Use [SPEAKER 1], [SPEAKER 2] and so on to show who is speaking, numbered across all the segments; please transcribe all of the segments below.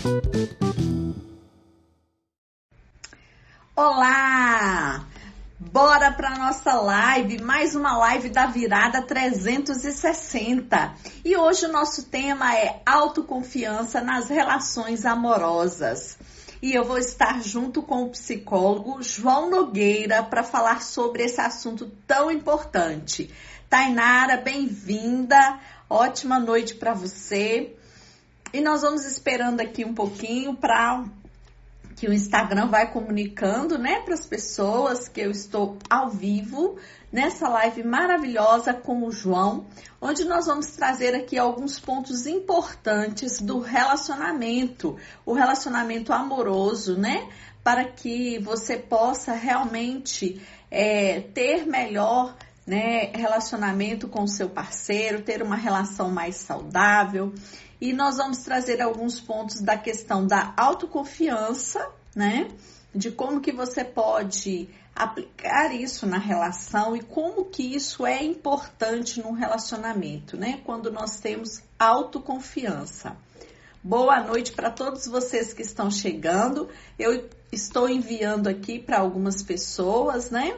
[SPEAKER 1] Olá! Bora para nossa live, mais uma live da Virada 360. E hoje o nosso tema é autoconfiança nas relações amorosas. E eu vou estar junto com o psicólogo João Nogueira para falar sobre esse assunto tão importante. Tainara, bem-vinda, ótima noite para você. E nós vamos esperando aqui um pouquinho para que o Instagram vai comunicando, né, para as pessoas que eu estou ao vivo nessa live maravilhosa com o João, onde nós vamos trazer aqui alguns pontos importantes do relacionamento, o relacionamento amoroso, né, para que você possa realmente ter melhor, né, relacionamento com o seu parceiro, ter uma relação mais saudável. E nós vamos trazer alguns pontos da questão da autoconfiança, né? De como que você pode aplicar isso na relação e como que isso é importante num relacionamento, né? Quando nós temos autoconfiança. Boa noite para todos vocês que estão chegando. Eu estou enviando aqui para algumas pessoas, né?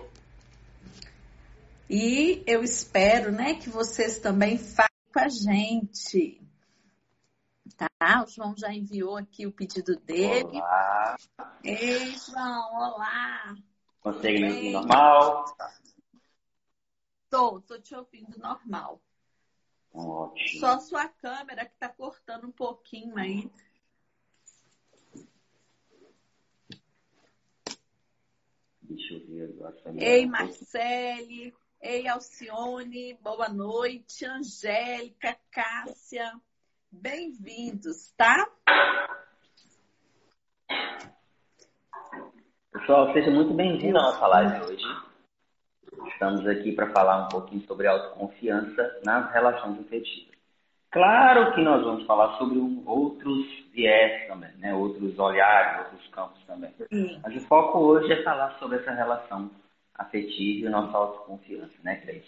[SPEAKER 1] E eu espero, né, que vocês também falem com a gente. Tá, o João já enviou aqui o pedido dele.
[SPEAKER 2] Olá.
[SPEAKER 1] Ei, João, olá.
[SPEAKER 2] Consegue me ouvir normal?
[SPEAKER 1] Tô te ouvindo normal.
[SPEAKER 2] Ótimo.
[SPEAKER 1] Só sua câmera que tá cortando um pouquinho aí.
[SPEAKER 2] Deixa eu ver agora.
[SPEAKER 1] Ei, Marcele. Ei, Alcione. Boa noite. Angélica, Cássia. Bem-vindos, tá?
[SPEAKER 2] Pessoal, seja muito bem-vindo à nossa live hoje. Estamos aqui para falar um pouquinho sobre autoconfiança nas relações afetivas. Claro que nós vamos falar sobre outros viés também, né? Outros olhares, outros campos também.
[SPEAKER 1] Sim.
[SPEAKER 2] Mas o foco hoje é falar sobre essa relação afetiva e nossa autoconfiança, né, Cleide?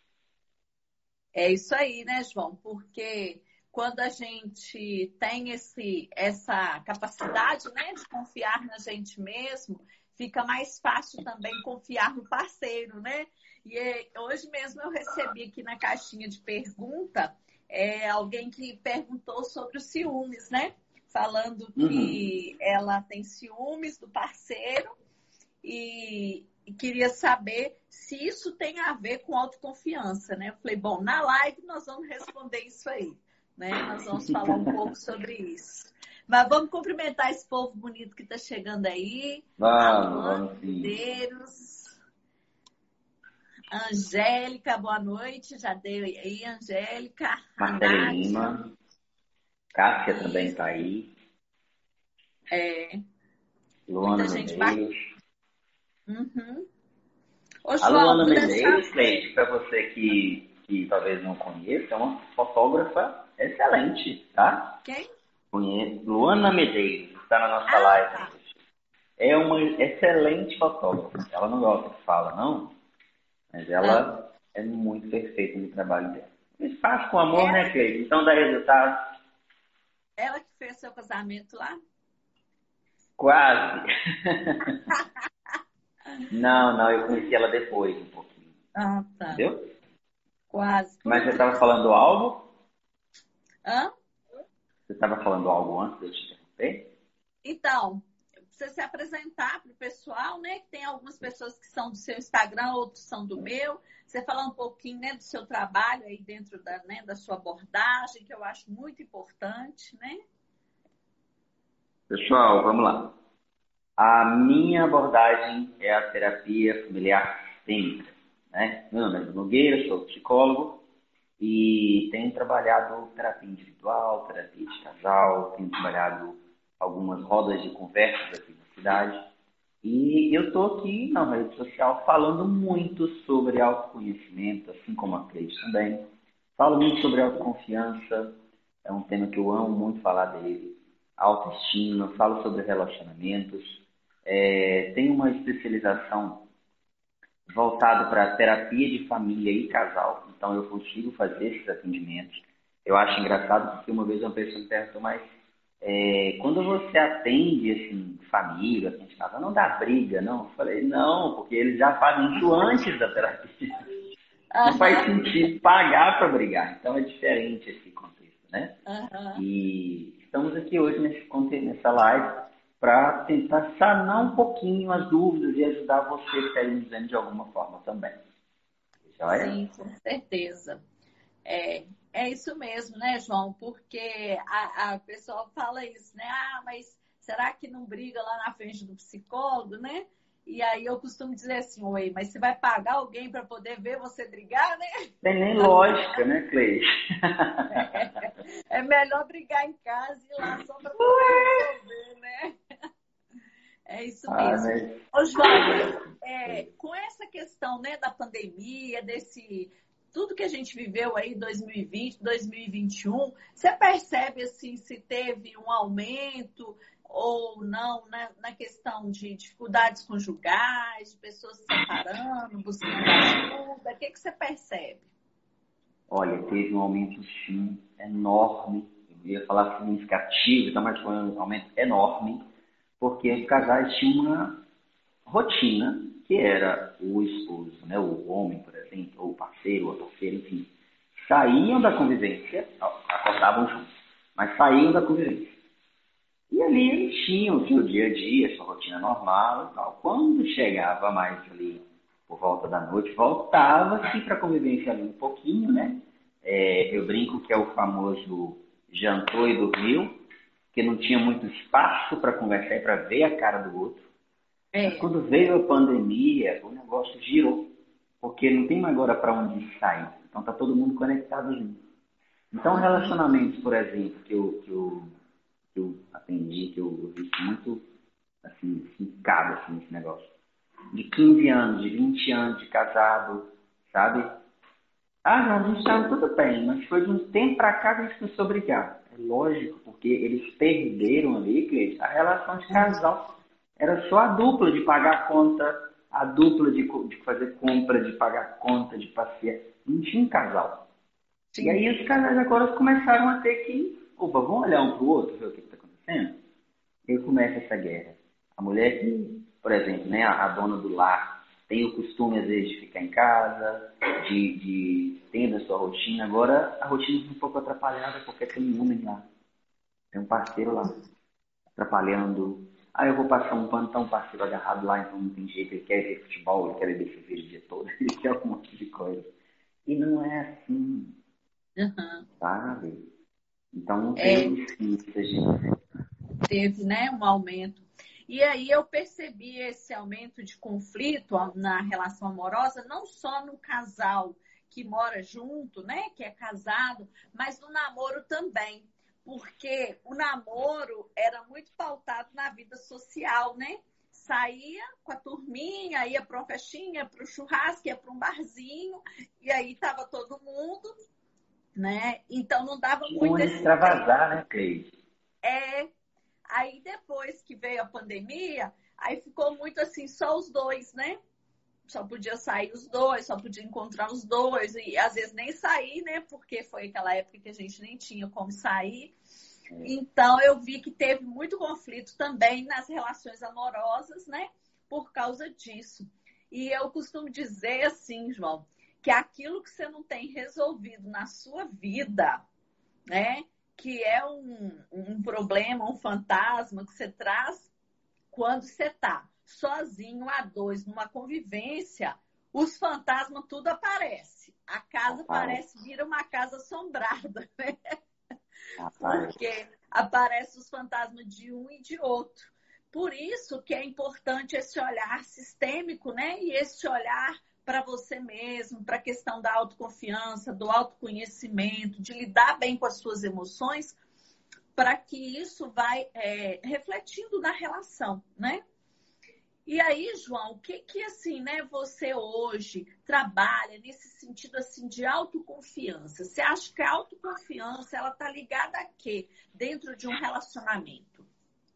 [SPEAKER 1] É isso aí, né, João? Porque quando a gente tem essa capacidade, né, de confiar na gente mesmo, fica mais fácil também confiar no parceiro, né? E hoje mesmo eu recebi aqui na caixinha de pergunta alguém que perguntou sobre os ciúmes, né? Falando que ela tem ciúmes do parceiro e queria saber se isso tem a ver com autoconfiança, né? Eu falei, bom, na live nós vamos responder isso aí, né? Nós vamos falar um pouco sobre isso. Mas vamos cumprimentar esse povo bonito que está chegando aí.
[SPEAKER 2] Vamos sim.
[SPEAKER 1] Medeiros. Angélica, boa noite. Já deu aí, Angélica.
[SPEAKER 2] Marcele Lima. Cássia também está aí. Luana Medeiros.
[SPEAKER 1] Ô,
[SPEAKER 2] A
[SPEAKER 1] João,
[SPEAKER 2] Luana Medeiros, Cleide, para você que talvez não conheça, é uma fotógrafa excelente, tá?
[SPEAKER 1] Quem?
[SPEAKER 2] Conheço. Luana Medeiros, está na nossa live.
[SPEAKER 1] Tá.
[SPEAKER 2] É uma excelente fotógrafa. Ela não gosta de fala, não, mas ela é muito perfeita no trabalho dela. Mas faz com amor, né, Cleide? Então dá resultado.
[SPEAKER 1] Ela que fez seu casamento lá?
[SPEAKER 2] Quase. Não, eu conheci ela depois um pouquinho.
[SPEAKER 1] Ah, tá.
[SPEAKER 2] Entendeu?
[SPEAKER 1] Quase.
[SPEAKER 2] Mas você estava falando algo?
[SPEAKER 1] Hã?
[SPEAKER 2] Você estava falando algo antes de eu te interromper?
[SPEAKER 1] Então, você se apresentar para o pessoal, né? Que tem algumas pessoas que são do seu Instagram, outros são do meu. Você falar um pouquinho, né, do seu trabalho aí dentro da sua abordagem, que eu acho muito importante, né?
[SPEAKER 2] Pessoal, vamos lá. A minha abordagem é a terapia familiar sistêmica, né? Meu nome é Nogueira, sou psicólogo e tenho trabalhado terapia individual, terapia de casal, tenho trabalhado algumas rodas de conversas aqui na cidade. E eu estou aqui na rede social falando muito sobre autoconhecimento, assim como a Cleide também. Falo muito sobre autoconfiança, é um tema que eu amo muito falar dele. Autoestima, falo sobre relacionamentos. Tenho uma especialização voltada para terapia de família e casal. Então eu consigo fazer esses atendimentos. Eu acho engraçado porque uma vez uma pessoa me perguntou, mas quando você atende, assim, família, atende casa, não dá briga, não. Eu falei, não, porque eles já fazem isso antes da terapia. Não faz
[SPEAKER 1] Aham,
[SPEAKER 2] sentido pagar para brigar. Então é diferente esse contexto, né?
[SPEAKER 1] aham.
[SPEAKER 2] E estamos aqui hoje nessa live para tentar sanar um pouquinho as dúvidas e ajudar você que está me dizendo de alguma forma também. Joia?
[SPEAKER 1] Sim, com certeza. É, é isso mesmo, né, João? Porque a pessoa fala isso, né? Ah, mas será que não briga lá na frente do psicólogo, né? E aí eu costumo dizer assim, oi, mas você vai pagar alguém para poder ver você brigar, né?
[SPEAKER 2] Tem nem lógica, né, Cleide?
[SPEAKER 1] É melhor brigar em casa e ir lá só para poder resolver, né? É isso
[SPEAKER 2] Ah,
[SPEAKER 1] mesmo.
[SPEAKER 2] mas...
[SPEAKER 1] Ô, João, mas com essa questão, né, da pandemia, desse tudo que a gente viveu aí 2020, 2021, você percebe assim se teve um aumento ou não, né, na questão de dificuldades conjugais, de pessoas se separando, buscando ajuda? O que que você percebe?
[SPEAKER 2] Olha, teve um aumento, sim, enorme. Eu ia falar significativo, então, mas foi um aumento enorme, porque os casais tinham uma rotina que era o esposo, né, o homem, por exemplo, ou o parceiro, ou a parceira, enfim, saíam da convivência, acordavam juntos, mas saíam da convivência. E ali eles tinham o seu dia a dia, sua rotina normal e tal. Quando chegava mais ali por volta da noite, voltava-se para a convivência ali um pouquinho, né? Eu brinco que é o famoso jantou e dormiu, que não tinha muito espaço para conversar e para ver a cara do outro. Mas
[SPEAKER 1] É.
[SPEAKER 2] quando veio a pandemia, o negócio girou, porque não tem mais agora para onde sair. Então tá todo mundo conectado junto. Então
[SPEAKER 1] Uhum.
[SPEAKER 2] relacionamentos, por exemplo, que eu atendi, que eu vi muito assim, fincado assim, nesse negócio. De 15 anos, de 20 anos de casado, sabe? Ah, não, a gente estava tudo bem, mas foi de um tempo para cá que a gente começou a brigar. É lógico, porque eles perderam ali, Cleiton, a relação de casal. Era só a dupla de pagar a conta, a dupla de fazer compra, de pagar conta, de passear. Não tinha um casal. E
[SPEAKER 1] Sim.
[SPEAKER 2] aí os casais agora começaram a ter que, opa, vamos olhar um para o outro, ver o que está acontecendo? E aí começa essa guerra. A mulher que, por exemplo, né, a dona do lar, tem o costume, às vezes, de ficar em casa, de tendo a sua rotina. Agora, a rotina está um pouco atrapalhada porque tem um homem lá, tem um parceiro lá, atrapalhando. Ah, eu vou passar um pano, tá um parceiro agarrado lá, então não tem jeito, ele quer ver futebol, ele quer beber cerveja o dia todo, ele quer um monte de coisa. E não é assim,
[SPEAKER 1] Uhum.
[SPEAKER 2] sabe? Então,
[SPEAKER 1] É,
[SPEAKER 2] teve sim essa gente.
[SPEAKER 1] teve, né, um aumento. E aí eu percebi esse aumento de conflito na relação amorosa, não só no casal que mora junto, né, que é casado, mas no namoro também. Porque o namoro era muito pautado na vida social, né? Saía com a turminha, ia para uma festinha, para o churrasco, ia para um barzinho, e aí estava todo mundo, né? Então não dava
[SPEAKER 2] Tinha
[SPEAKER 1] muito
[SPEAKER 2] onde
[SPEAKER 1] esse tempo.
[SPEAKER 2] extravasar, né, Cleide?
[SPEAKER 1] É, aí depois que veio a pandemia, aí ficou muito assim, só os dois, né? Só podia sair os dois, só podia encontrar os dois, e às vezes nem sair, né? Porque foi aquela época que a gente nem tinha como sair. Então eu vi que teve muito conflito também nas relações amorosas, né? Por causa disso. E eu costumo dizer assim, João, que aquilo que você não tem resolvido na sua vida, né? Que é um problema, um fantasma que você traz quando você está sozinho, a dois, numa convivência, os fantasmas tudo aparece. A casa
[SPEAKER 2] Rapaz,
[SPEAKER 1] parece, vira uma casa assombrada, né?
[SPEAKER 2] rapaz.
[SPEAKER 1] Porque aparecem os fantasmas de um e de outro. Por isso que é importante esse olhar sistêmico, né? E esse olhar para você mesmo, para a questão da autoconfiança, do autoconhecimento, de lidar bem com as suas emoções, para que isso vai refletindo na relação, né? E aí, João, o que que assim, né, você hoje trabalha nesse sentido assim de autoconfiança? Você acha que a autoconfiança ela tá ligada a quê dentro de um relacionamento?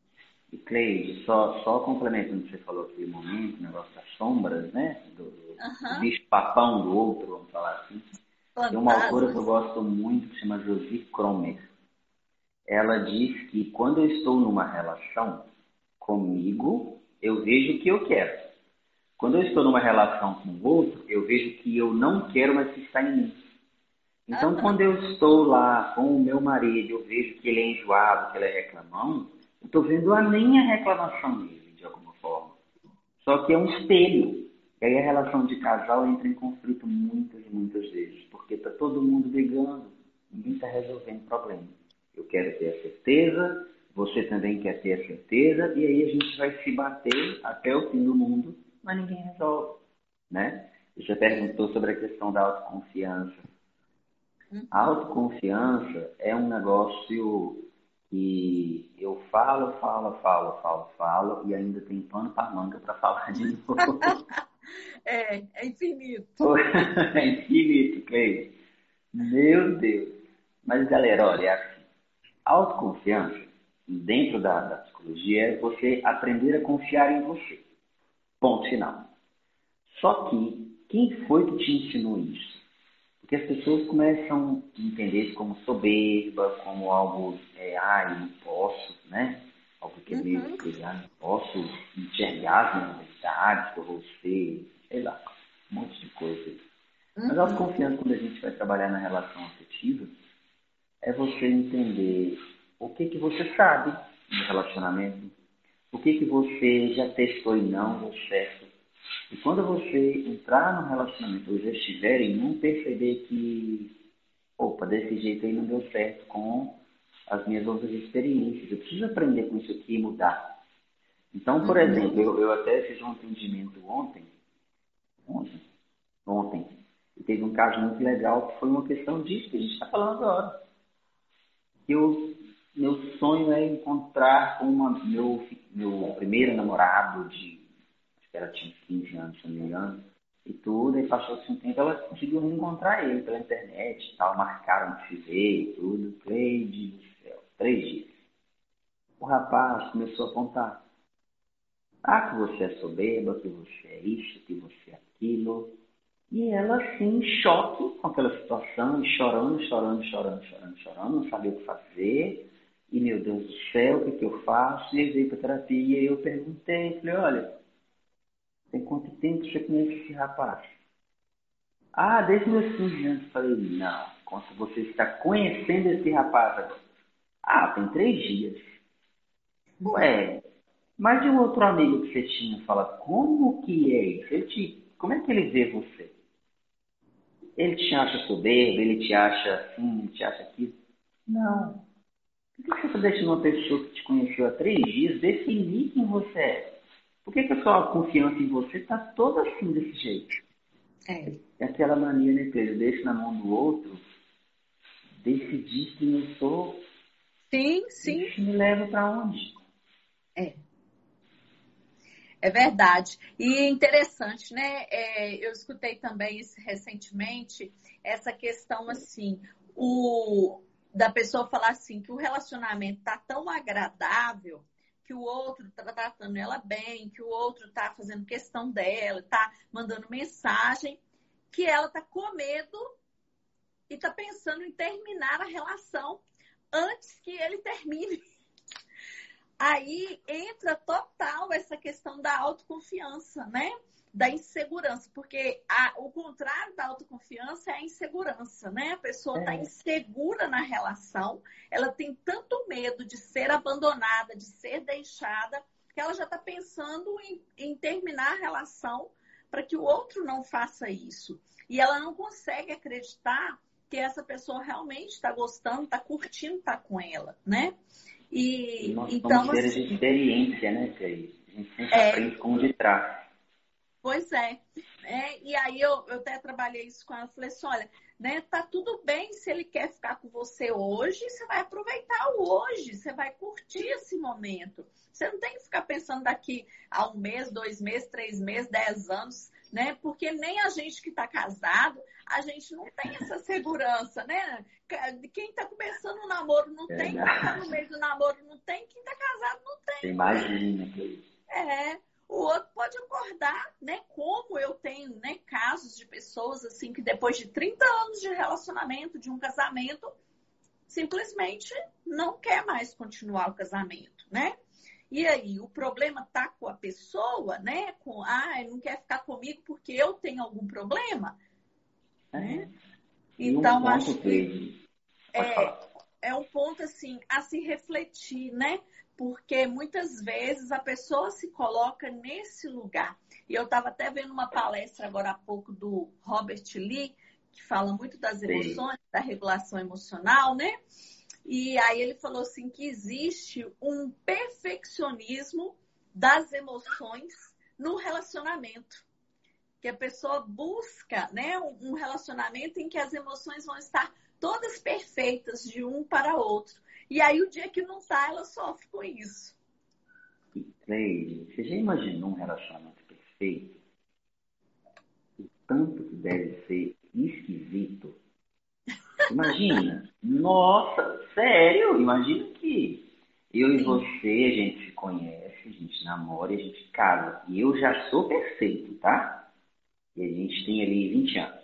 [SPEAKER 2] E Cleide, só complementando o que você falou aqui um momento, o negócio das sombras, né? Do
[SPEAKER 1] Aham.
[SPEAKER 2] bicho papão do outro, vamos falar assim. Tem uma autora que eu
[SPEAKER 1] Fantasmas.
[SPEAKER 2] gosto muito que se chama Josie Cromer. ela diz que quando eu estou numa relação comigo, eu vejo o que eu quero. Quando eu estou numa relação com o outro, eu vejo que eu não quero, mas que está em mim. Então, quando eu estou lá com o meu marido, eu vejo que ele é enjoado, que ele é reclamão, eu estou vendo a minha reclamação nele, de alguma forma. Só que é um espelho. E aí a relação de casal entra em conflito muitas e muitas vezes, porque está todo mundo brigando, ninguém está resolvendo o problema. Eu quero ter a certeza, você também quer ter a certeza, e aí a gente vai se bater até o fim do mundo, mas ninguém resolve, né? Você perguntou sobre a questão da autoconfiança. A autoconfiança é um negócio que eu falo, e ainda tem pano para manga para falar de novo.
[SPEAKER 1] É infinito.
[SPEAKER 2] É infinito, Cleide. Meu Deus. Mas, galera, olha, é assim, autoconfiança, dentro da psicologia, é você aprender a confiar em você. Ponto final. Só que, quem foi que te ensinou isso? Porque as pessoas começam a entender isso como soberba, como algo, eu não posso, né? Algo que é meio que, não posso enxergar as minhas necessidades, que eu vou ser, sei lá, um monte de coisa. Mas a autoconfiança, quando a gente vai trabalhar na relação afetiva, é você entender o que você sabe do relacionamento, o que você já testou e não deu certo. E quando você entrar no relacionamento, ou já estiver em um, perceber que, opa, desse jeito aí não deu certo com as minhas outras experiências. Eu preciso aprender com isso aqui e mudar. Então, por exemplo, eu até fiz um atendimento ontem, e teve um caso muito legal que foi uma questão disso que a gente está falando agora. Meu sonho é encontrar com meu primeiro namorado acho que ela tinha 15 anos, se não me engano, e tudo, e passou-se um tempo, ela conseguiu reencontrar ele pela internet e tal, marcaram de se ver e tudo, Cleide do céu, 3 dias. O rapaz começou a apontar, que você é soberba, que você é isso, que você é aquilo, e ela assim, em choque com aquela situação, e chorando, não sabia o que fazer, e meu Deus do céu, o que eu faço? E eu veio para terapia, e eu perguntei, falei, olha, tem quanto tempo você conhece esse rapaz? Desde meus 15 anos. Falei, não, quanto você está conhecendo esse rapaz agora? Tem 3 dias. Ué, mas e o outro amigo que você tinha? Fala, como que é isso? Como é que ele vê você? Ele te acha soberbo, ele te acha assim, ele te acha aquilo? Não. Por que você está deixando uma pessoa que te conheceu há 3 dias definir quem você é? Por que a sua confiança em você está toda assim, desse jeito? É aquela mania, né, Pedro? Deixa na mão do outro, decidir quem eu sou.
[SPEAKER 1] Sim.
[SPEAKER 2] Isso me leva para onde?
[SPEAKER 1] É verdade. E interessante, né? Eu escutei também recentemente essa questão assim, da pessoa falar assim, que o relacionamento tá tão agradável que o outro tá tratando ela bem, que o outro tá fazendo questão dela, tá mandando mensagem, que ela tá com medo e tá pensando em terminar a relação antes que ele termine. Aí entra total essa questão da autoconfiança, né? Da insegurança, porque o contrário da autoconfiança é a insegurança, né? A pessoa está insegura na relação, ela tem tanto medo de ser abandonada, de ser deixada, que ela já está pensando em terminar a relação para que o outro não faça isso. E ela não consegue acreditar que essa pessoa realmente está gostando, está curtindo estar com ela, né?
[SPEAKER 2] E nós
[SPEAKER 1] Então,
[SPEAKER 2] somos seres de experiência, né, Cris? A gente sempre aprende com o de trás.
[SPEAKER 1] Pois é. E aí eu até trabalhei isso com ela. Falei assim, olha, né, tá tudo bem se ele quer ficar com você hoje, você vai aproveitar o hoje, você vai curtir esse momento. Você não tem que ficar pensando daqui a 1 mês, 2 meses, 3 meses, 10 anos, né? Porque nem a gente que tá casado, a gente não tem essa segurança, né? Quem tá começando um namoro não tem, quem tá no meio do namoro não tem, quem tá casado não tem.
[SPEAKER 2] Você imagina, Cris.
[SPEAKER 1] O outro pode acordar, né? Como eu tenho, né, casos de pessoas assim que depois de 30 anos de relacionamento, de um casamento, simplesmente não quer mais continuar o casamento, né? E aí, o problema tá com a pessoa, né? Ele não quer ficar comigo porque eu tenho algum problema, né?
[SPEAKER 2] E um
[SPEAKER 1] Então,
[SPEAKER 2] ponto
[SPEAKER 1] acho que
[SPEAKER 2] que... Pode falar.
[SPEAKER 1] é um ponto, assim, a se refletir, né? Porque muitas vezes a pessoa se coloca nesse lugar. E eu estava até vendo uma palestra agora há pouco do Robert Lee, que fala muito das emoções, da regulação emocional, né? E aí ele falou assim que existe um perfeccionismo das emoções no relacionamento. Que a pessoa busca, né, um relacionamento em que as emoções vão estar todas perfeitas de um para outro. E aí o dia que não tá, ela sofre com isso.
[SPEAKER 2] Cleide, você já imaginou um relacionamento perfeito? O tanto que deve ser esquisito. Imagina, nossa, sério, imagina que eu e
[SPEAKER 1] Sim.
[SPEAKER 2] você, a gente se conhece, a gente namora e a gente casa. E eu já sou perfeito, tá? E a gente tem ali 20 anos.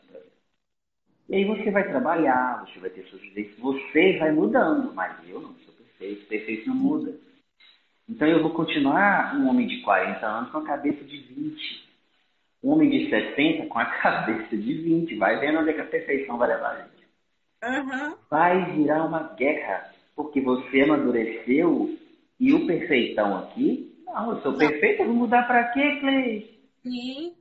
[SPEAKER 2] E aí você vai trabalhar, você vai ter suas vivências, você vai mudando, mas eu não sou perfeito, perfeito não muda. Então eu vou continuar um homem de 40 anos com a cabeça de 20. Um homem de 60 com a cabeça de 20. Vai vendo onde é que a perfeição vai levar a gente.
[SPEAKER 1] Uhum.
[SPEAKER 2] Vai virar uma guerra, porque você amadureceu e o perfeitão aqui, não, eu sou
[SPEAKER 1] Não.
[SPEAKER 2] perfeito, eu vou mudar pra quê, Cleide?
[SPEAKER 1] Sim.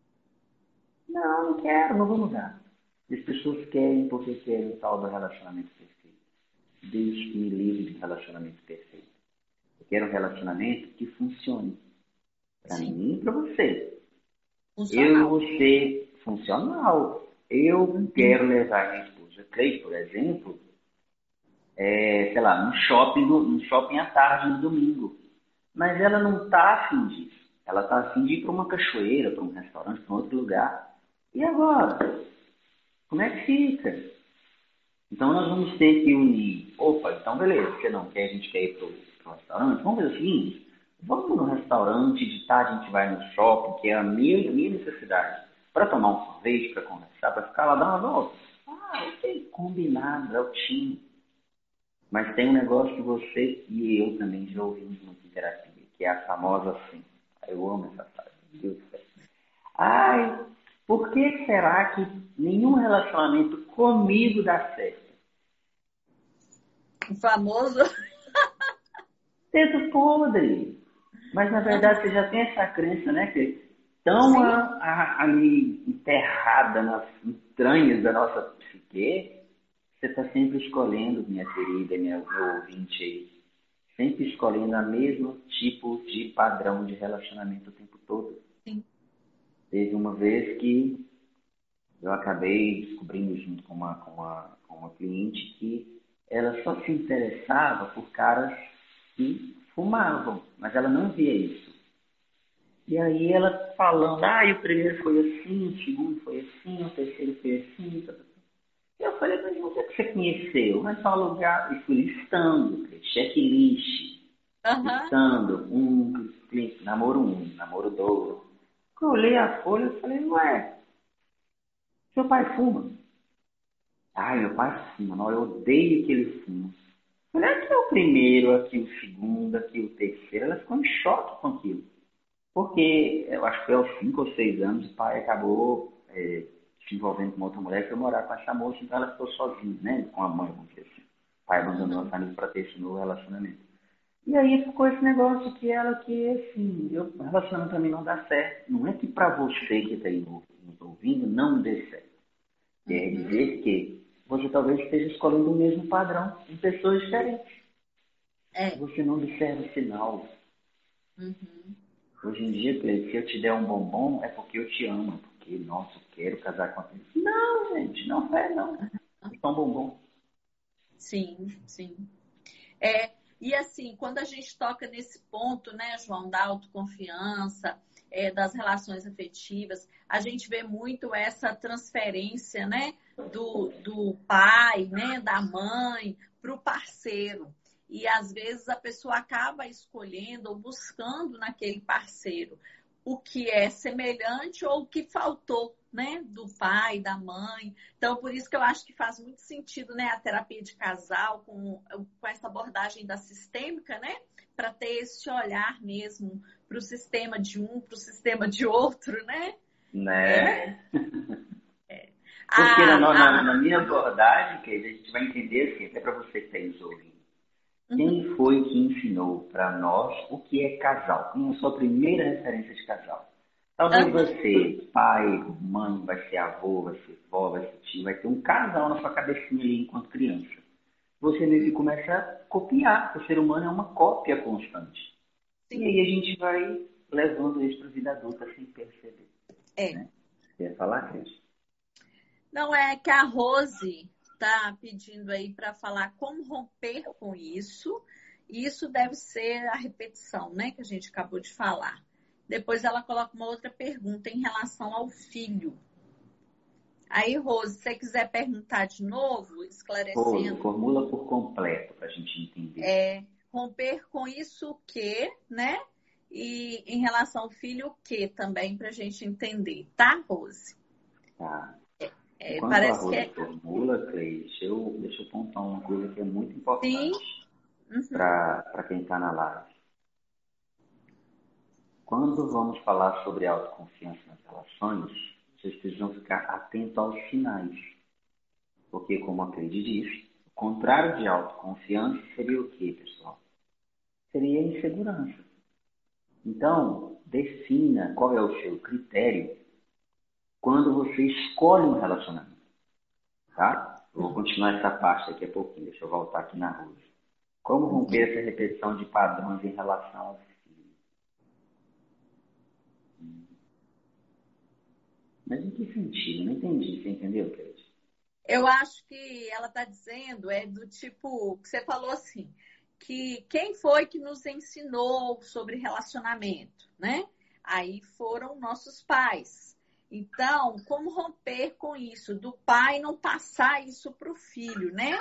[SPEAKER 2] Não, não quero, não vou mudar. As pessoas querem porque querem o tal do relacionamento perfeito. Deus que me livre de relacionamento perfeito. Eu quero um relacionamento que funcione. Para
[SPEAKER 1] Sim.
[SPEAKER 2] mim e para você. Eu e
[SPEAKER 1] Funcional.
[SPEAKER 2] você, funcional. Eu quero levar minha esposa Cleide, por exemplo, sei lá, num shopping à tarde, no domingo. Mas ela não está afim disso. Ela está afim de ir para uma cachoeira, para um restaurante, para outro lugar. E agora? Como é que fica? Então nós vamos ter que unir. Opa, então beleza, você não quer, a gente quer ir para o restaurante? Vamos fazer o seguinte, vamos no restaurante, de tarde a gente vai no shopping, que é a minha necessidade, para tomar um sorvete, para conversar, para ficar lá, dar uma volta. Ah, ok, combinado, é o time. Mas tem um negócio que você e eu também já ouvimos muito em terapia, que é a famosa assim. Eu amo essa frase, meu Deus do céu. Ai, por que será que nenhum relacionamento comigo dá certo?
[SPEAKER 1] O famoso.
[SPEAKER 2] Dedo podre. Mas na verdade você já tem essa crença, né? Que tão
[SPEAKER 1] Sim.
[SPEAKER 2] ali enterrada nas entranhas da nossa psique, você está sempre escolhendo, minha querida, meu ouvinte aí, sempre escolhendo o mesmo tipo de padrão de relacionamento o tempo todo.
[SPEAKER 1] Sim.
[SPEAKER 2] Teve uma vez que eu acabei descobrindo junto com uma cliente que ela só se interessava por caras que fumavam, mas ela não via isso. E aí ela falando, o primeiro foi assim, o segundo foi assim, o terceiro foi assim. Tá, tá, tá. Eu falei, mas onde é que você conheceu? Mas tal lugar, e fui listando, checklist,
[SPEAKER 1] Aham.
[SPEAKER 2] listando, namoro 1, namoro 2. Quando eu olhei a folha, eu falei, ué, seu pai fuma? Ai, meu pai fuma, não, eu odeio que ele fuma. Falei, aqui é o primeiro, aqui o segundo, aqui o terceiro. Ela ficou em choque com aquilo. Porque eu acho que foi aos 5 ou 6 anos o pai acabou se envolvendo com uma outra mulher e foi morar com essa moça, então ela ficou sozinha, né? Com a mãe, vamos dizer assim. O pai abandonou a família para ter esse novo relacionamento. E aí ficou esse negócio que ela que, assim, o relacionamento também não dá certo. Não é que para você que está aí nos ouvindo não dê certo. Quer
[SPEAKER 1] Uhum.
[SPEAKER 2] dizer que você talvez esteja escolhendo o mesmo padrão em pessoas diferentes.
[SPEAKER 1] É.
[SPEAKER 2] Você não observa sinal.
[SPEAKER 1] Uhum.
[SPEAKER 2] Hoje em dia, Cleiton, se eu te der um bombom, é porque eu te amo, é porque, nossa, eu quero casar com você. Não, gente, não é não. É só um bombom.
[SPEAKER 1] Sim, sim. E assim, quando a gente toca nesse ponto, né, João, da autoconfiança, das relações afetivas, a gente vê muito essa transferência, né, do pai, né, da mãe, para o parceiro. E às vezes a pessoa acaba escolhendo ou buscando naquele parceiro o que é semelhante ou o que faltou né, do pai, da mãe. Então, por isso que eu acho que faz muito sentido, né, a terapia de casal com essa abordagem da sistêmica, né, para ter esse olhar mesmo para o sistema de um, para o sistema de outro, né?
[SPEAKER 2] Né? Porque
[SPEAKER 1] A,
[SPEAKER 2] na minha abordagem, que a gente vai entender assim, até para você que está nos ouvindo,
[SPEAKER 1] uhum,
[SPEAKER 2] quem foi que ensinou para nós o que é casal? Como a sua primeira referência de casal? Talvez vai
[SPEAKER 1] uhum,
[SPEAKER 2] ser pai, mãe, vai ser avô, vai ser vó, vai ser tio, vai ter um casal na sua cabecinha ali enquanto criança. Você meio que começa a copiar, porque o ser humano é uma cópia constante. E
[SPEAKER 1] sim,
[SPEAKER 2] aí a gente vai levando isso para a vida adulta sem perceber.
[SPEAKER 1] é.
[SPEAKER 2] Né? Você ia falar, Cris?
[SPEAKER 1] Não é que a Rose está pedindo aí para falar como romper com isso. E isso deve ser a repetição, né, que a gente acabou de falar. Depois ela coloca uma outra pergunta em relação ao filho. Aí, Rose, se você quiser perguntar de novo,
[SPEAKER 2] Rose,
[SPEAKER 1] esclarecendo,
[SPEAKER 2] formula por completo para a gente entender.
[SPEAKER 1] romper com isso o quê, né? E em relação ao filho, o quê também, para a gente entender, tá, Rose?
[SPEAKER 2] Tá?
[SPEAKER 1] É,
[SPEAKER 2] Enquanto a
[SPEAKER 1] parece que
[SPEAKER 2] Rose
[SPEAKER 1] é
[SPEAKER 2] formula, Cris, deixa eu pontuar uma coisa que é muito
[SPEAKER 1] sim.
[SPEAKER 2] importante
[SPEAKER 1] Uhum.
[SPEAKER 2] para quem está na live. Quando vamos falar sobre autoconfiança nas relações, vocês precisam ficar atentos aos sinais. Porque, como a Cris disse, o contrário de autoconfiança seria o quê, pessoal? Seria insegurança. Então, defina qual é o seu critério quando você escolhe um relacionamento, tá? Eu vou continuar essa parte daqui a pouquinho, deixa eu voltar aqui na rua. Como romper essa repetição de padrões em relação aos filhos? Mas em que sentido? Não entendi. Você entendeu, Cris?
[SPEAKER 1] Eu acho que ela está dizendo é do tipo que você falou assim, que quem foi que nos ensinou sobre relacionamento, né? Aí foram nossos pais. Então, como romper com isso? Do pai não passar isso para o filho, né?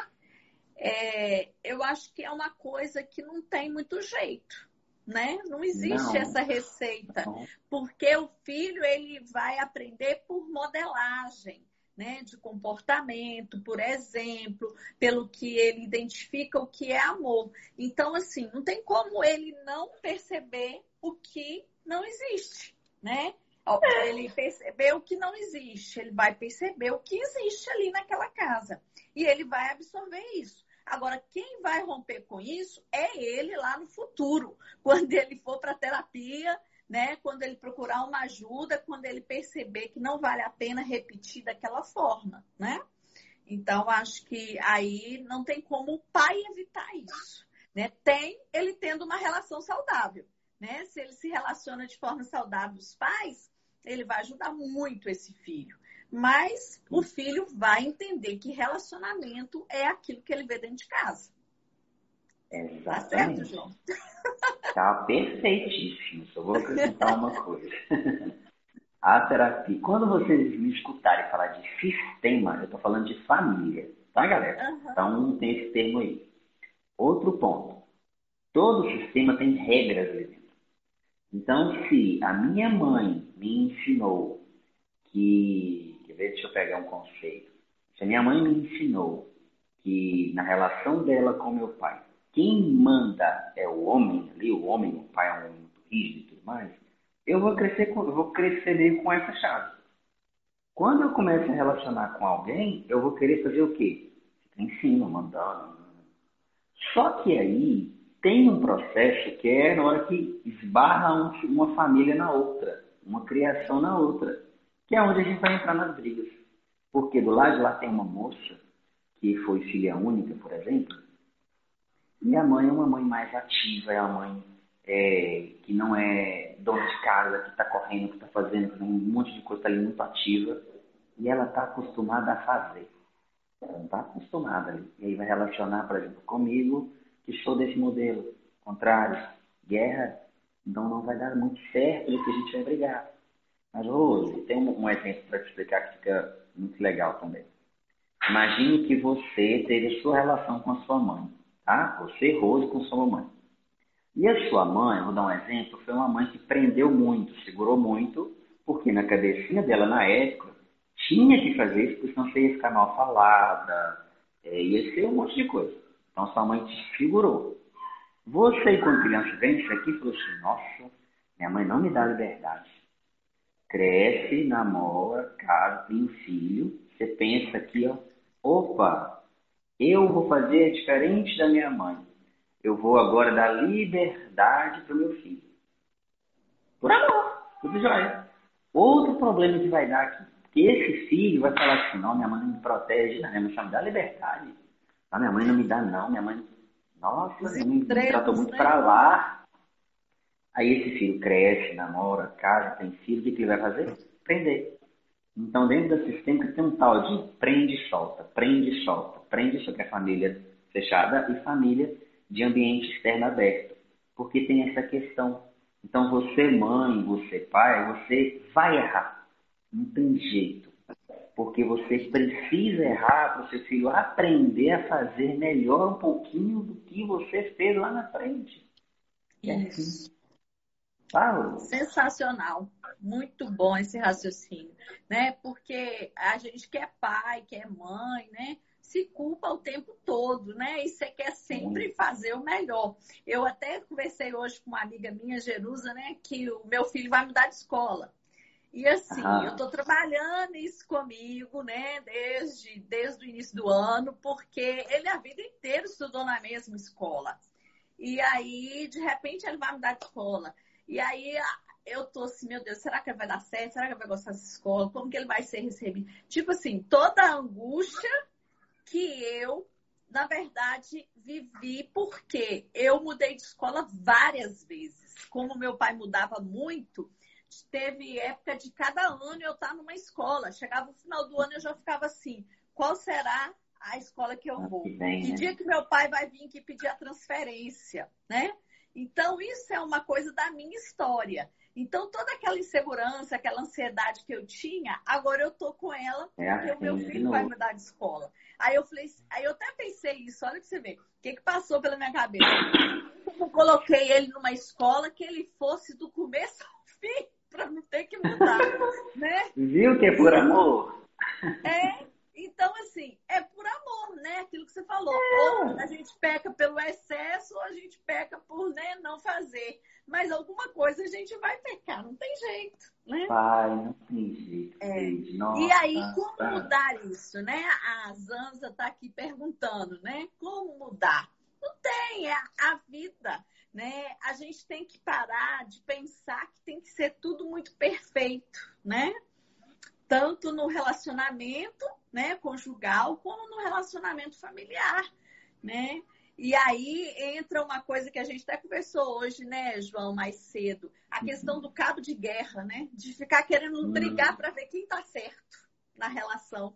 [SPEAKER 1] Eu acho que é uma coisa que não tem muito jeito, né? Não existe
[SPEAKER 2] Não.
[SPEAKER 1] essa receita,
[SPEAKER 2] Não.
[SPEAKER 1] porque o filho ele vai aprender por modelagem, né? De comportamento, por exemplo, pelo que ele identifica o que é amor. Então, assim, não tem como ele não perceber o que não existe, né? Ele perceber o que não existe, ele vai perceber o que existe ali naquela casa. E ele vai absorver isso. Agora, quem vai romper com isso é ele lá no futuro, quando ele for para a terapia, né? Quando ele procurar uma ajuda, quando ele perceber que não vale a pena repetir daquela forma, né? Então, acho que aí não tem como o pai evitar isso, né? Tem ele tendo uma relação saudável, né? Se ele se relaciona de forma saudável com os pais, ele vai ajudar muito esse filho. Mas o filho vai entender que relacionamento é aquilo que ele vê dentro de casa. Tá certo,
[SPEAKER 2] Exatamente.
[SPEAKER 1] João?
[SPEAKER 2] Tá perfeitíssimo. Só vou acrescentar uma coisa. A terapia, quando vocês me escutarem falar de sistema, eu estou falando de família, tá, galera?
[SPEAKER 1] Uhum.
[SPEAKER 2] Então, tem esse termo aí. Outro ponto. Todo sistema tem regras ali dentro. Então, se a minha mãe me ensinou quer ver, deixa eu pegar um conceito. Se a minha mãe me ensinou que na relação dela com meu pai, quem manda é o homem ali, o pai é um homem muito rígido e tudo mais, eu vou crescer meio com essa chave. Quando eu começo a relacionar com alguém, eu vou querer fazer o quê? Ficar em cima, mandando. Só que aí tem um processo que é na hora que esbarra uma família na outra, uma criação na outra, que é onde a gente vai entrar nas brigas. Porque do lado de lá tem uma moça que foi filha única, por exemplo, e a mãe é uma mãe mais ativa, é uma mãe que não é dona de casa, que está correndo, que está fazendo, que tem um monte de coisa tá ali muito ativa, e ela está acostumada a fazer. Ela não está acostumada ali. E aí vai relacionar, por exemplo, comigo, que sou desse modelo. Contrário, guerra, então não vai dar muito certo e que a gente vai brigar. Mas, Rose, tem um exemplo para te explicar que fica muito legal também. Imagine que você teve a sua relação com a sua mãe, tá? Você, Rose, com sua mãe. E a sua mãe, vou dar um exemplo, foi uma mãe que prendeu muito, segurou muito, porque na cabecinha dela, na época, tinha que fazer isso, porque senão você ia ficar mal falada, ia ser um monte de coisa. Então sua mãe te segurou. Você, quando criança, vem isso aqui e falou assim, nossa, minha mãe não me dá liberdade. Cresce, namora, casa, tem um filho, você pensa aqui, ó, opa, eu vou fazer diferente da minha mãe. Eu vou agora dar liberdade para o meu filho. Por amor, tudo jóia. Outro problema que vai dar aqui, que esse filho vai falar assim, não, minha mãe não me protege, não, minha mãe só me dá liberdade. Ah, minha mãe não me dá não, minha mãe, nossa,
[SPEAKER 1] Os
[SPEAKER 2] minha mãe me tratou
[SPEAKER 1] extremos,
[SPEAKER 2] muito
[SPEAKER 1] né?
[SPEAKER 2] para lá. Aí esse filho cresce, namora, casa, tem filho, o que ele vai fazer? Prender. Então, dentro da sistêmica tem um tal de prende e solta, prende e solta, prende e solta, que é família fechada e família de ambiente externo aberto. Porque tem essa questão. Então, você mãe, você pai, você vai errar. Não tem jeito. Porque você precisa errar para o seu filho aprender a fazer melhor um pouquinho do que você fez lá na frente. É assim.
[SPEAKER 1] Isso.
[SPEAKER 2] Tá?
[SPEAKER 1] Sensacional. Muito bom esse raciocínio, né? Porque a gente que é pai, que é mãe, né? Se culpa o tempo todo, né? E você quer sempre fazer o melhor. Eu até conversei hoje com uma amiga minha, Jerusa, né? Que o meu filho vai mudar de escola. E assim, eu estou trabalhando isso comigo, né? Desde o início do ano, porque ele a vida inteira estudou na mesma escola. E aí, de repente, ele vai mudar de escola. E aí, eu tô assim, meu Deus, será que ele vai dar certo? Será que ele vai gostar dessa escola? Como que ele vai ser recebido? Tipo assim, toda a angústia que eu, na verdade, vivi, porque eu mudei de escola várias vezes. Como meu pai mudava muito, teve época de cada ano eu estar numa escola. Chegava o final do ano, eu já ficava assim, qual será a escola que eu vou? Que dia que meu pai vai vir aqui pedir a transferência, né? Então, isso é uma coisa da minha história. Então, toda aquela insegurança, aquela ansiedade que eu tinha, agora eu tô com ela porque o meu filho vai mudar de escola. Aí eu falei, aí eu até pensei isso, olha pra você ver, o que passou pela minha cabeça. Eu coloquei ele numa escola que ele fosse do começo ao fim, para não ter que mudar, né?
[SPEAKER 2] Viu que é por amor?
[SPEAKER 1] Então, assim, é por amor, né? Aquilo que você falou. Ou a gente peca pelo excesso, ou a gente peca por, né, não fazer. Mas alguma coisa a gente vai pecar, não tem jeito, né?
[SPEAKER 2] Pai, não tem jeito. Nossa,
[SPEAKER 1] e aí, como mudar isso, né? A Zanza está aqui perguntando, né? Como mudar? Não tem, é a vida, né? A gente tem que parar de pensar que tem que ser tudo muito perfeito, né? Tanto no relacionamento, né, conjugal, como no relacionamento familiar, né? E aí entra uma coisa que a gente até conversou hoje, né, João, mais cedo, a questão do cabo de guerra, né? De ficar querendo brigar para ver quem tá certo na relação.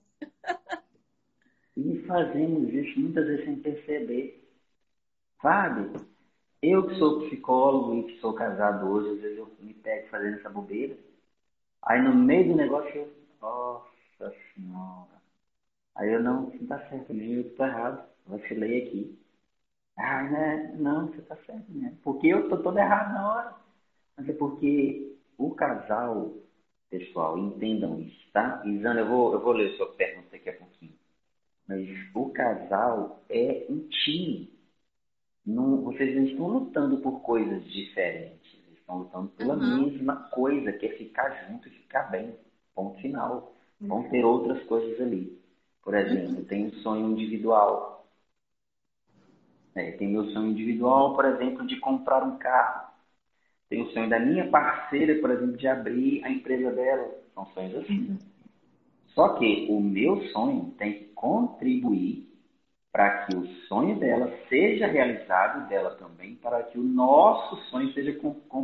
[SPEAKER 2] E fazemos isso muitas vezes sem perceber. Sabe? Eu que sou psicólogo e que sou casado hoje, às vezes eu me pego fazendo essa bobeira. Aí no meio do negócio eu, nossa senhora. Aí eu não tá certo, eu que tô errado. Vacilei aqui. Ah, né? Não, você tá certo, né? Porque eu tô todo errado na hora. Mas é porque o casal, pessoal, entendam isso, tá? Isana, eu vou ler sua pergunta daqui a pouquinho. Mas o casal é um time. Não, vocês não estão lutando por coisas diferentes. Eles estão lutando pela mesma coisa, que é ficar junto e ficar bem. Ponto final. Vão ter outras coisas ali. Por exemplo, tem um sonho individual. Tem meu sonho individual, por exemplo, de comprar um carro. Tem o sonho da minha parceira, por exemplo, de abrir a empresa dela. São sonhos assim. Só que o meu sonho tem que contribuir para que o sonho dela seja realizado, dela também, para que o nosso sonho seja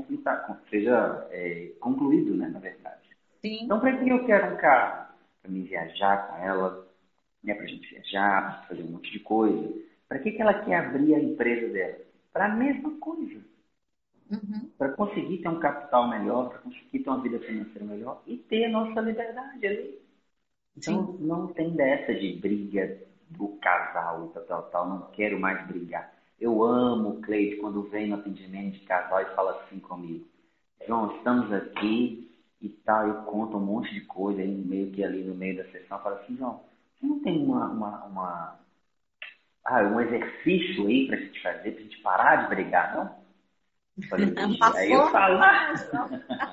[SPEAKER 2] concluído, né, na verdade.
[SPEAKER 1] Sim.
[SPEAKER 2] Então, para que eu quero um carro? Para mim viajar com ela, né, para a gente viajar, para fazer um monte de coisa. Para que ela quer abrir a empresa dela? Para a mesma coisa. Para conseguir ter um capital melhor, para conseguir ter uma vida financeira melhor e ter a nossa liberdade ali. Então, não tem dessa de briga do casal, tal, não quero mais brigar. Eu amo o Cleide quando vem no atendimento de casal e fala assim comigo: João, estamos aqui e tal, e conta um monte de coisa, aí meio que ali no meio da sessão, fala assim, João, você não tem um exercício aí pra gente fazer, pra gente parar de brigar, não? Falei,
[SPEAKER 1] Uma
[SPEAKER 2] aí eu falo,
[SPEAKER 1] formulação.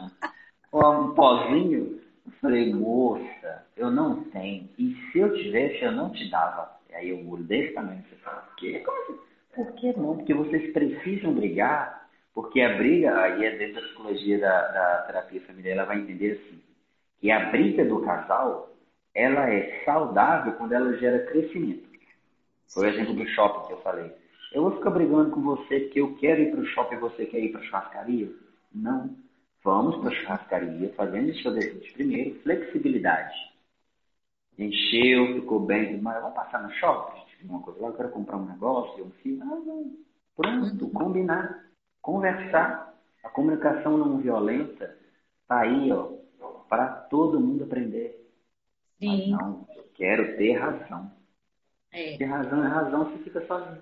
[SPEAKER 2] um pozinho. Eu falei, moça, eu não tenho. E se eu tivesse, eu não te dava. E aí eu mudo desse tamanho. Você fala, por quê? Como assim? Por que não? Porque vocês precisam brigar. Porque a briga, aí é dentro da psicologia da terapia familiar, ela vai entender assim, que a briga do casal, ela é saudável quando ela gera crescimento. Foi o exemplo do shopping que eu falei. Eu vou ficar brigando com você porque eu quero ir para o shopping e você quer ir para a churrascaria? Não. Vamos para a churrascaria, fazendo o seu desejo primeiro, flexibilidade. Encheu, ficou bem, tudo mais. Vamos passar no shopping? Uma coisa lá, eu quero comprar um negócio, um filme. Ah, não. Pronto, combinar, conversar. A comunicação não violenta está aí, ó, para todo mundo aprender. Mas
[SPEAKER 1] Sim,
[SPEAKER 2] não, eu quero ter razão.
[SPEAKER 1] é.
[SPEAKER 2] Ter razão é razão, você fica sozinho.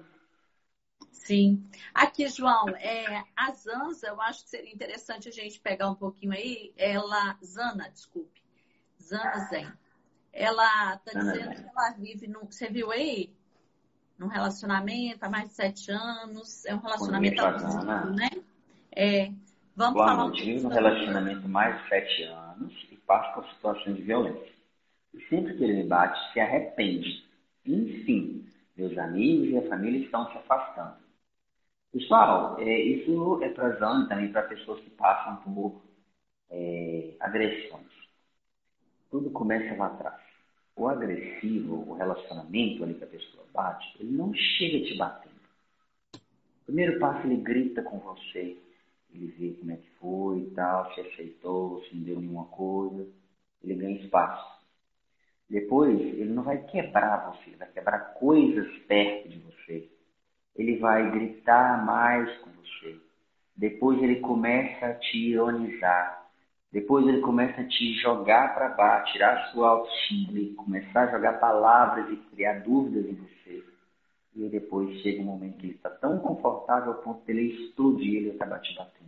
[SPEAKER 1] Sim. Aqui, João, a Zanza, eu acho que seria interessante a gente pegar um pouquinho aí. Zana, desculpe. Zana Zen. Ela está dizendo que ela vive você viu aí? Num relacionamento há mais de 7 anos. É um relacionamento
[SPEAKER 2] Conheço a
[SPEAKER 1] abusivo,
[SPEAKER 2] Zana.
[SPEAKER 1] né? É, vamos
[SPEAKER 2] Boa
[SPEAKER 1] falar um
[SPEAKER 2] noite.
[SPEAKER 1] pouco
[SPEAKER 2] Vivo num
[SPEAKER 1] sobre
[SPEAKER 2] relacionamento mais de 7 anos e passo por situações de violência. E sempre que ele me bate, se arrepende. Enfim, meus amigos e a família estão se afastando. Pessoal, isso é para Zana e também para pessoas que passam por agressões. Tudo começa lá atrás. O agressivo, o relacionamento ali que a pessoa bate, ele não chega te batendo. Primeiro passo, ele grita com você, ele vê como é que foi e tal, se aceitou, se não deu nenhuma coisa, ele ganha espaço. Depois, ele não vai quebrar você, ele vai quebrar coisas perto de você. Ele vai gritar mais com você. Depois ele começa a te ironizar. Depois ele começa a te jogar para baixo, tirar sua autoestima e começar a jogar palavras e criar dúvidas em você. E aí depois chega um momento que ele está tão confortável ao ponto de ele explodir, ele acabar te batendo.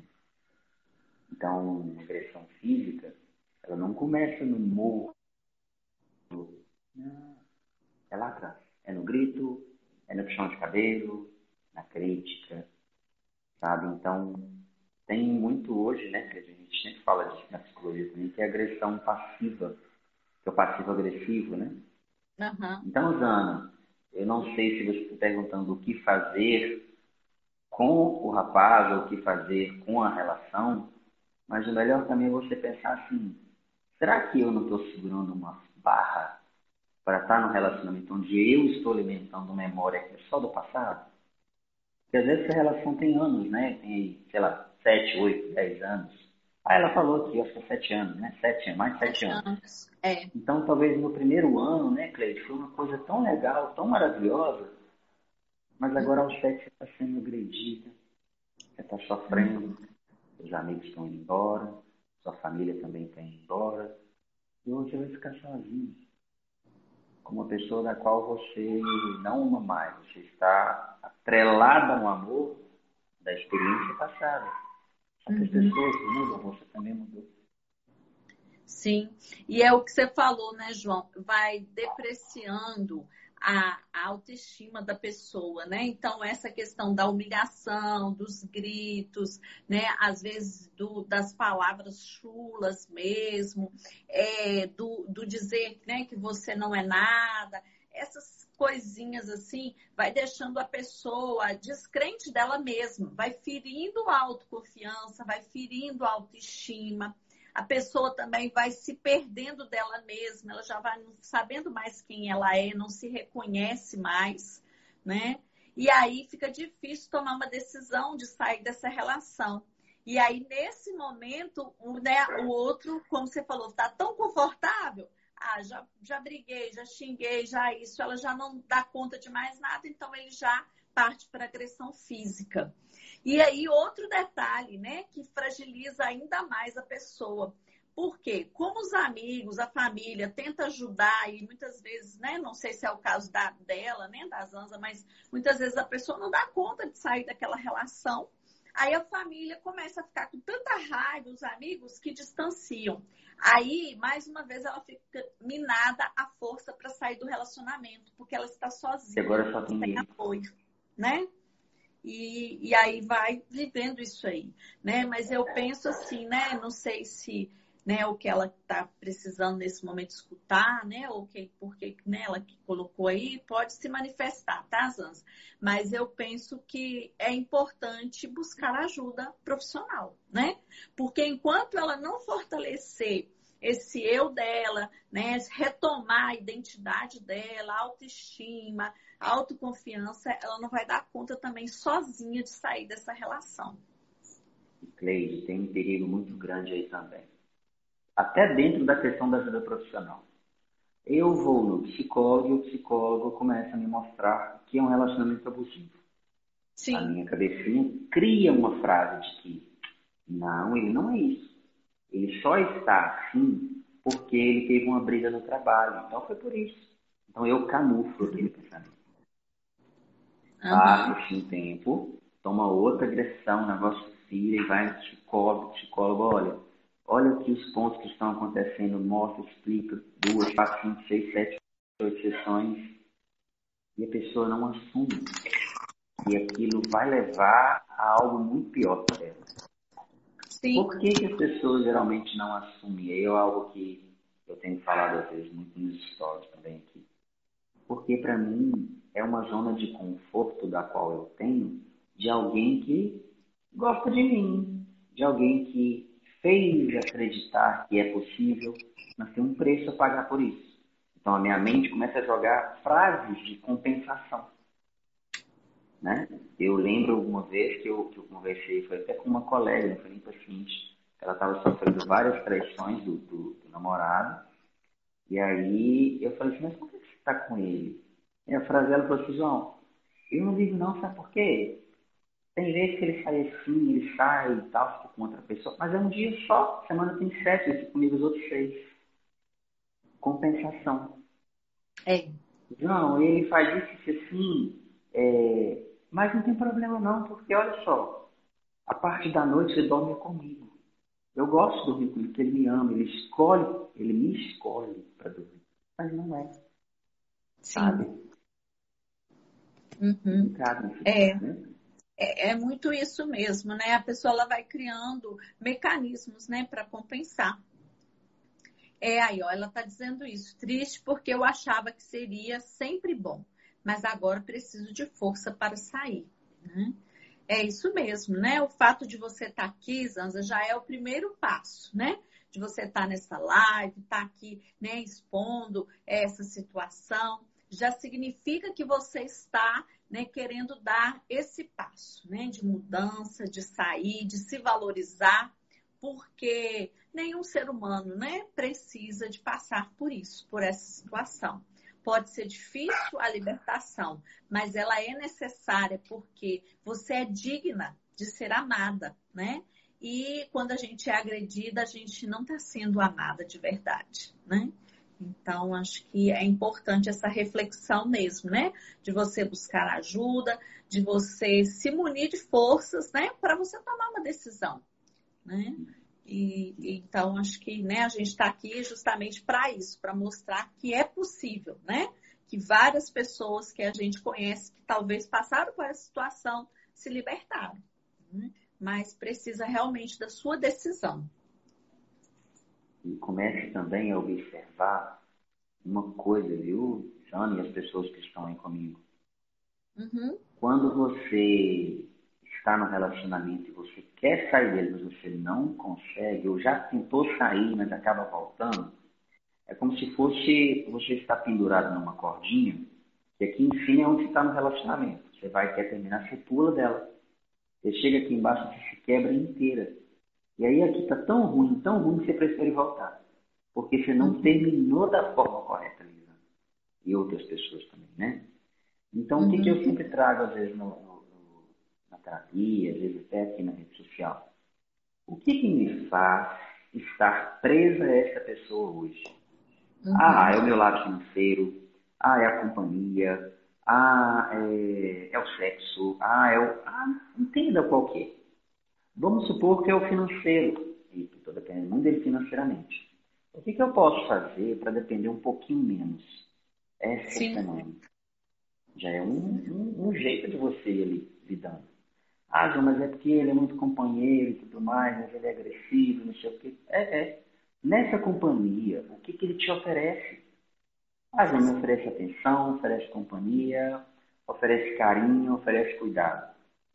[SPEAKER 2] Então, a agressão física, ela não começa no morro. Não, é lá atrás. É no grito, é no puxão de cabelo, na crítica, sabe? Então, tem muito hoje, né, que a gente sempre fala disso na psicologia também, que é agressão passiva, que é o passivo-agressivo, né?
[SPEAKER 1] Aham.
[SPEAKER 2] Então, Zana, eu não sei se você está perguntando o que fazer com o rapaz ou o que fazer com a relação, mas o melhor também é você pensar assim, será que eu não estou segurando uma barra para estar num relacionamento onde eu estou alimentando memória que é só do passado? Porque às vezes essa relação tem anos, né? Tem, sei lá, 7, 8, 10 anos. Ah, ela falou aqui, acho que é 7 anos, né? 7 anos, mais de 7
[SPEAKER 1] 7
[SPEAKER 2] anos.
[SPEAKER 1] anos. É.
[SPEAKER 2] Então, talvez no primeiro ano, né, Cleide, foi uma coisa tão legal, tão maravilhosa, mas agora aos 7 você está sendo agredida, você está sofrendo, seus amigos estão indo embora, sua família também está indo embora, e hoje você vai ficar sozinho, com uma pessoa da qual você não ama mais, você está atrelada a um amor da experiência passada. Só que as pessoas mudam, você também mudou.
[SPEAKER 1] Sim, e é o que você falou, né, João? Vai depreciando a autoestima da pessoa, né? Então, essa questão da humilhação, dos gritos, né? Às vezes das palavras chulas mesmo, do dizer, né, que você não é nada, essas coisinhas assim, vai deixando a pessoa descrente dela mesma, vai ferindo a autoconfiança, vai ferindo a autoestima. A pessoa também vai se perdendo dela mesma, ela já vai não sabendo mais quem ela é, não se reconhece mais, né? E aí fica difícil tomar uma decisão de sair dessa relação. E aí, nesse momento, o outro, como você falou, está tão confortável. Ah, já briguei, já xinguei, já isso, ela já não dá conta de mais nada, então ele já parte para agressão física. E aí, outro detalhe, né, que fragiliza ainda mais a pessoa. Por quê? Como os amigos, a família tenta ajudar e muitas vezes, né, não sei se é o caso dela, né, da Zanza, mas muitas vezes a pessoa não dá conta de sair daquela relação. Aí a família começa a ficar com tanta raiva, os amigos, que distanciam. Aí, mais uma vez, ela fica minada a força para sair do relacionamento, porque ela está
[SPEAKER 2] E
[SPEAKER 1] sozinha,
[SPEAKER 2] agora só tem
[SPEAKER 1] sem
[SPEAKER 2] ele.
[SPEAKER 1] apoio, né? E aí vai vivendo isso aí, né? Mas eu penso assim, né? Não sei se, né, o que ela está precisando nesse momento escutar, né? Ou que, porque, né, ela que colocou aí pode se manifestar, tá, Zanza? Mas eu penso que é importante buscar ajuda profissional, né? Porque enquanto ela não fortalecer esse eu dela, né, retomar a identidade dela, a autoestima, a autoconfiança, ela não vai dar conta também sozinha de sair dessa relação.
[SPEAKER 2] Cleide, tem um perigo muito grande aí também. Até dentro da questão da vida profissional. Eu vou no psicólogo e o psicólogo começa a me mostrar que é um relacionamento abusivo. A
[SPEAKER 1] Sim.
[SPEAKER 2] minha cabecinha cria uma frase de que não, ele não é isso. Ele só está assim porque ele teve uma briga no trabalho. Então foi por isso. Então eu camuflo aquele pensamento.
[SPEAKER 1] Uhum.
[SPEAKER 2] Passa-se um tempo, toma outra agressão, o negócio vira e vai no psicólogo, olha aqui os pontos que estão acontecendo, mostra, explica, 2, 4, 5, 6, 7, 8 sessões, e a pessoa não assume. E aquilo vai levar a algo muito pior para ela.
[SPEAKER 1] Sim.
[SPEAKER 2] Por que as pessoas geralmente não assumem? É algo que eu tenho falado às vezes muito nos stories também aqui. Porque para mim é uma zona de conforto da qual eu tenho de alguém que gosta de mim, de alguém que fez acreditar que é possível, mas tem um preço a pagar por isso. Então a minha mente começa a jogar frases de compensação. Né? Eu lembro uma vez que eu conversei, foi até com uma colega, não foi nem paciente, ela estava sofrendo várias traições do namorado, e aí eu falei assim, mas por que você está com ele? E a frase dela falou assim, João, eu não ligo não, sabe por quê? Tem vezes que ele sai assim, ele sai e tal, fica com outra pessoa, mas é um dia só, semana tem 7, ele fica comigo os outros 6. Compensação.
[SPEAKER 1] É.
[SPEAKER 2] João, ele faz isso assim, mas não tem problema não, porque olha só, a parte da noite ele dorme comigo. Eu gosto de dormir com ele, porque ele me ama, ele me escolhe para dormir. Mas não é,
[SPEAKER 1] Sim.
[SPEAKER 2] sabe?
[SPEAKER 1] Uhum.
[SPEAKER 2] Complicado isso,
[SPEAKER 1] É.
[SPEAKER 2] né?
[SPEAKER 1] É muito isso mesmo, né? A pessoa ela vai criando mecanismos, né, para compensar. Aí, ó, ela está dizendo isso. Triste porque eu achava que seria sempre bom, mas agora preciso de força para sair, né? É isso mesmo, né? O fato de você estar aqui, Zanza, já é o primeiro passo, né? De você estar nessa live, estar aqui, né, expondo essa situação, já significa que você está, né, querendo dar esse passo, né, de mudança, de sair, de se valorizar, porque nenhum ser humano, né, precisa de passar por isso, por essa situação. Pode ser difícil a libertação, mas ela é necessária porque você é digna de ser amada, né? E quando a gente é agredida, a gente não está sendo amada de verdade, né? Então, acho que é importante essa reflexão mesmo, né? De você buscar ajuda, de você se munir de forças, né? Para você tomar uma decisão, né? Então, acho que, né, a gente está aqui justamente para isso, para mostrar que é possível, né? Que várias pessoas que a gente conhece que talvez passaram por essa situação se libertaram, né? Mas precisa realmente da sua decisão.
[SPEAKER 2] E comece também a observar uma coisa, viu, Jane, e as pessoas que estão aí comigo.
[SPEAKER 1] Uhum.
[SPEAKER 2] Quando você está no relacionamento e você quer sair dele, mas você não consegue, ou já tentou sair, mas acaba voltando, é como se fosse você estar pendurado numa cordinha, que aqui em cima é onde você está no relacionamento. Você vai quer terminar, você pula dela. Você chega aqui embaixo, você se quebra inteira. E aí aqui está tão ruim que você prefere voltar. Porque você não terminou da forma correta, Lisa. E outras pessoas também, né? Então, o que eu
[SPEAKER 1] Uhum.
[SPEAKER 2] sempre trago, às vezes, na terapia, às vezes até aqui na rede social? O que me faz estar presa a essa pessoa hoje? Ah,
[SPEAKER 1] Uhum.
[SPEAKER 2] é o meu lado financeiro. Ah, é a companhia. Ah, é o sexo. Ah, entenda qual que é. Vamos supor que é o financeiro, e estou dependendo muito dele financeiramente. O que eu posso fazer para depender um pouquinho menos essa
[SPEAKER 1] Sim.
[SPEAKER 2] semana? Já é um jeito de você ir ali lidando. Ah, João, mas é porque ele é muito companheiro e tudo mais, mas ele é agressivo, não sei o quê. Nessa companhia, o que ele te oferece? Ah, João, me oferece atenção, oferece companhia, oferece carinho, oferece cuidado.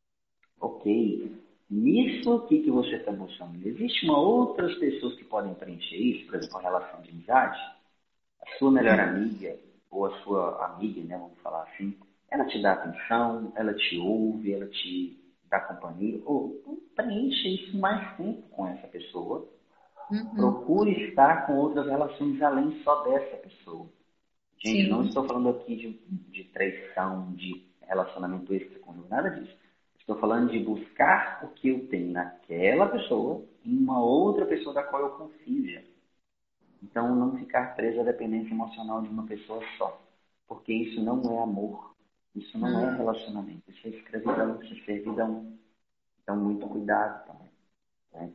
[SPEAKER 2] Ok. Nisso aqui que você está buscando, existe uma outras pessoas que podem preencher isso, por exemplo, a relação de amizade? A sua melhor amiga, ou a sua amiga, né, vamos falar assim, ela te dá atenção, ela te ouve, ela te dá companhia, ou preencha isso mais tempo com essa pessoa.
[SPEAKER 1] Uhum.
[SPEAKER 2] Procure estar com outras relações além só dessa pessoa. Gente, não
[SPEAKER 1] Sim.
[SPEAKER 2] estou falando aqui de traição, de relacionamento extraconjugal, nada disso. Estou falando de buscar o que eu tenho naquela pessoa em uma outra pessoa da qual eu confio já. Então, não ficar preso à dependência emocional de uma pessoa só. Porque isso não é amor. Isso não é relacionamento. Isso é escravidão, isso é servidão. Então, muito cuidado também. Né?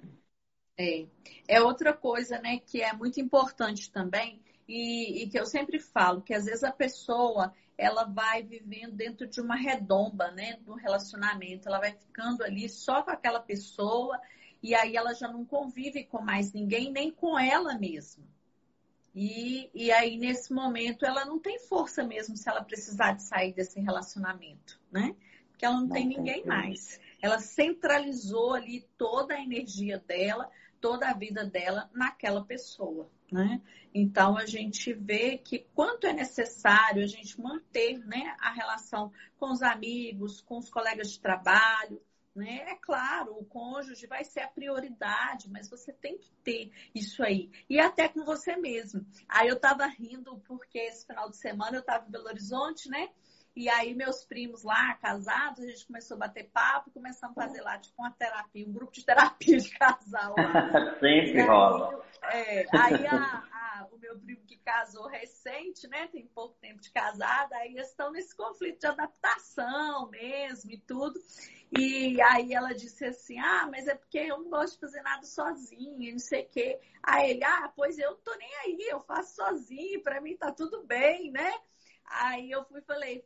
[SPEAKER 1] É outra coisa, né, que é muito importante também e que eu sempre falo, que às vezes a pessoa ela vai vivendo dentro de uma redoma, né, do relacionamento, ela vai ficando ali só com aquela pessoa e aí ela já não convive com mais ninguém, nem com ela mesma. E aí, nesse momento, ela não tem força mesmo se ela precisar de sair desse relacionamento, né? Porque ela não tem
[SPEAKER 2] Não tem
[SPEAKER 1] ninguém
[SPEAKER 2] jeito.
[SPEAKER 1] mais. Ela centralizou ali toda a energia dela, toda a vida dela naquela pessoa, né? Então, a gente vê que quanto é necessário a gente manter, né, a relação com os amigos, com os colegas de trabalho, né? É claro, o cônjuge vai ser a prioridade, mas você tem que ter isso aí. E até com você mesmo. Aí eu tava rindo porque esse final de semana eu tava em Belo Horizonte, né? E aí meus primos lá, casados, a gente começou a bater papo, começamos a fazer lá tipo uma terapia, um grupo de terapia de casal lá. E
[SPEAKER 2] Sempre
[SPEAKER 1] aí,
[SPEAKER 2] rola.
[SPEAKER 1] o meu primo que casou recente, né? Tem pouco tempo de casada, aí eles estão nesse conflito de adaptação mesmo e tudo. E aí ela disse assim, mas é porque eu não gosto de fazer nada sozinha, não sei o quê. Aí ele, pois eu não tô nem aí, eu faço sozinho, pra mim tá tudo bem, né? Aí eu falei,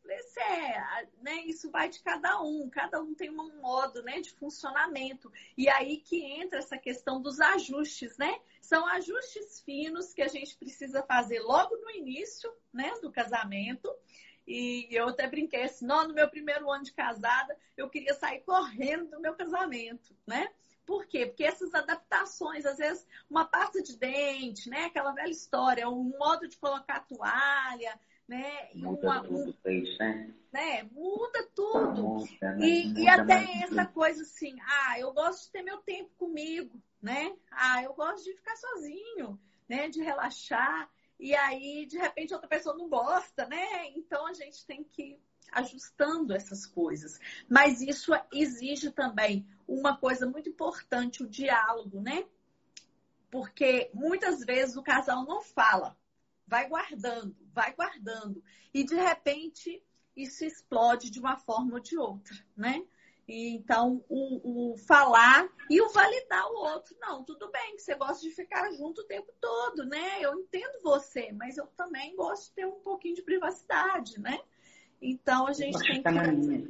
[SPEAKER 1] né, isso vai de cada um tem um modo, né, de funcionamento. E aí que entra essa questão dos ajustes, né? São ajustes finos que a gente precisa fazer logo no início, né, do casamento. E eu até brinquei assim, no meu primeiro ano de casada, eu queria sair correndo do meu casamento, né? Por quê? Porque essas adaptações, às vezes, uma pasta de dente, né? Aquela velha história, um modo de colocar a toalha, né?
[SPEAKER 2] Muda tudo, fez, né?
[SPEAKER 1] Né? Muda tudo.
[SPEAKER 2] Muda, mas
[SPEAKER 1] E
[SPEAKER 2] muda
[SPEAKER 1] até
[SPEAKER 2] mais do
[SPEAKER 1] essa
[SPEAKER 2] que
[SPEAKER 1] coisa assim, eu gosto de ter meu tempo comigo, né? Eu gosto de ficar sozinho, né? De relaxar. E aí, de repente, outra pessoa não gosta, né? Então a gente tem que ir ajustando essas coisas. Mas isso exige também uma coisa muito importante, o diálogo, né? Porque muitas vezes o casal não fala, vai guardando, vai guardando. E de repente isso explode de uma forma ou de outra, né? E, então, o falar e o validar o outro. Não, tudo bem que você gosta de ficar junto o tempo todo, né? Eu entendo você, mas eu também gosto de ter um pouquinho de privacidade, né? Então, a
[SPEAKER 2] eu
[SPEAKER 1] gente
[SPEAKER 2] gosto de
[SPEAKER 1] tem
[SPEAKER 2] ficar
[SPEAKER 1] que...
[SPEAKER 2] na minha.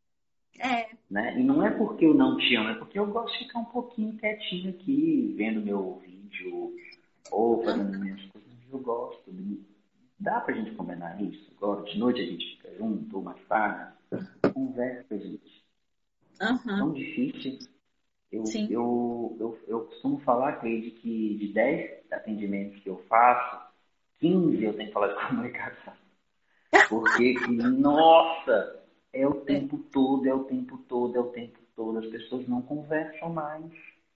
[SPEAKER 1] É,
[SPEAKER 2] Né? E não é porque eu não te amo, é porque eu gosto de ficar um pouquinho quietinho aqui, vendo meu vídeo ou fazendo minhas coisas. Eu gosto. Dá pra gente combinar isso? Agora, de noite a gente fica junto, ou mais tarde. Conversa, gente.
[SPEAKER 1] uhum,
[SPEAKER 2] Tão difícil.
[SPEAKER 1] sim.
[SPEAKER 2] Eu costumo falar, Cleide, que de 10 atendimentos que eu faço, 15 eu tenho que falar de comunicação. Porque, nossa, é o tempo todo, é o tempo todo, é o tempo todo. As pessoas não conversam mais.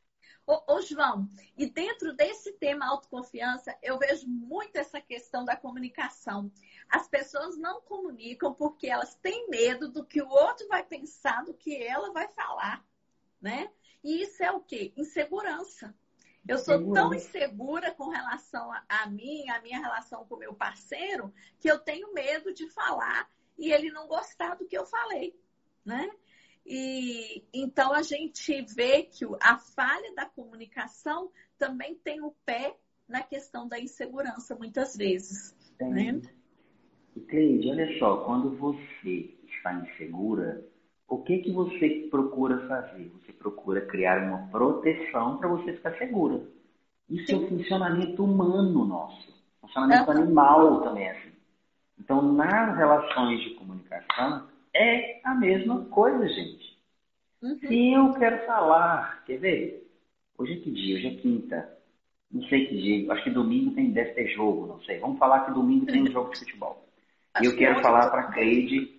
[SPEAKER 1] Ô, João, e dentro desse tema autoconfiança, eu vejo muito essa questão da comunicação. As pessoas não comunicam porque elas têm medo do que o outro vai pensar, do que ela vai falar, né? E isso é o quê? Insegurança. Eu sou tão
[SPEAKER 2] Segurança.
[SPEAKER 1] insegura com relação a mim, a minha relação com o meu parceiro, que eu tenho medo de falar e ele não gostar do que eu falei, né? E então a gente vê que a falha da comunicação também tem o pé na questão da insegurança, muitas vezes, né?
[SPEAKER 2] Tem. E Cleide, olha só, quando você está insegura, o que que você procura fazer? Você procura criar uma proteção para você ficar segura. Isso é o
[SPEAKER 1] Sim.
[SPEAKER 2] funcionamento humano nosso. O funcionamento
[SPEAKER 1] Aham.
[SPEAKER 2] animal também é assim. Então, nas relações de comunicação, é a mesma coisa, gente.
[SPEAKER 1] Uhum.
[SPEAKER 2] Se eu quero falar, quer ver? Hoje é que dia? Hoje é quinta. Não sei que dia. Acho que domingo deve ter jogo, não sei. Vamos falar que domingo tem um jogo de futebol. E
[SPEAKER 1] Acho
[SPEAKER 2] eu
[SPEAKER 1] que
[SPEAKER 2] quero
[SPEAKER 1] ontem
[SPEAKER 2] falar para a
[SPEAKER 1] também.
[SPEAKER 2] Cleide,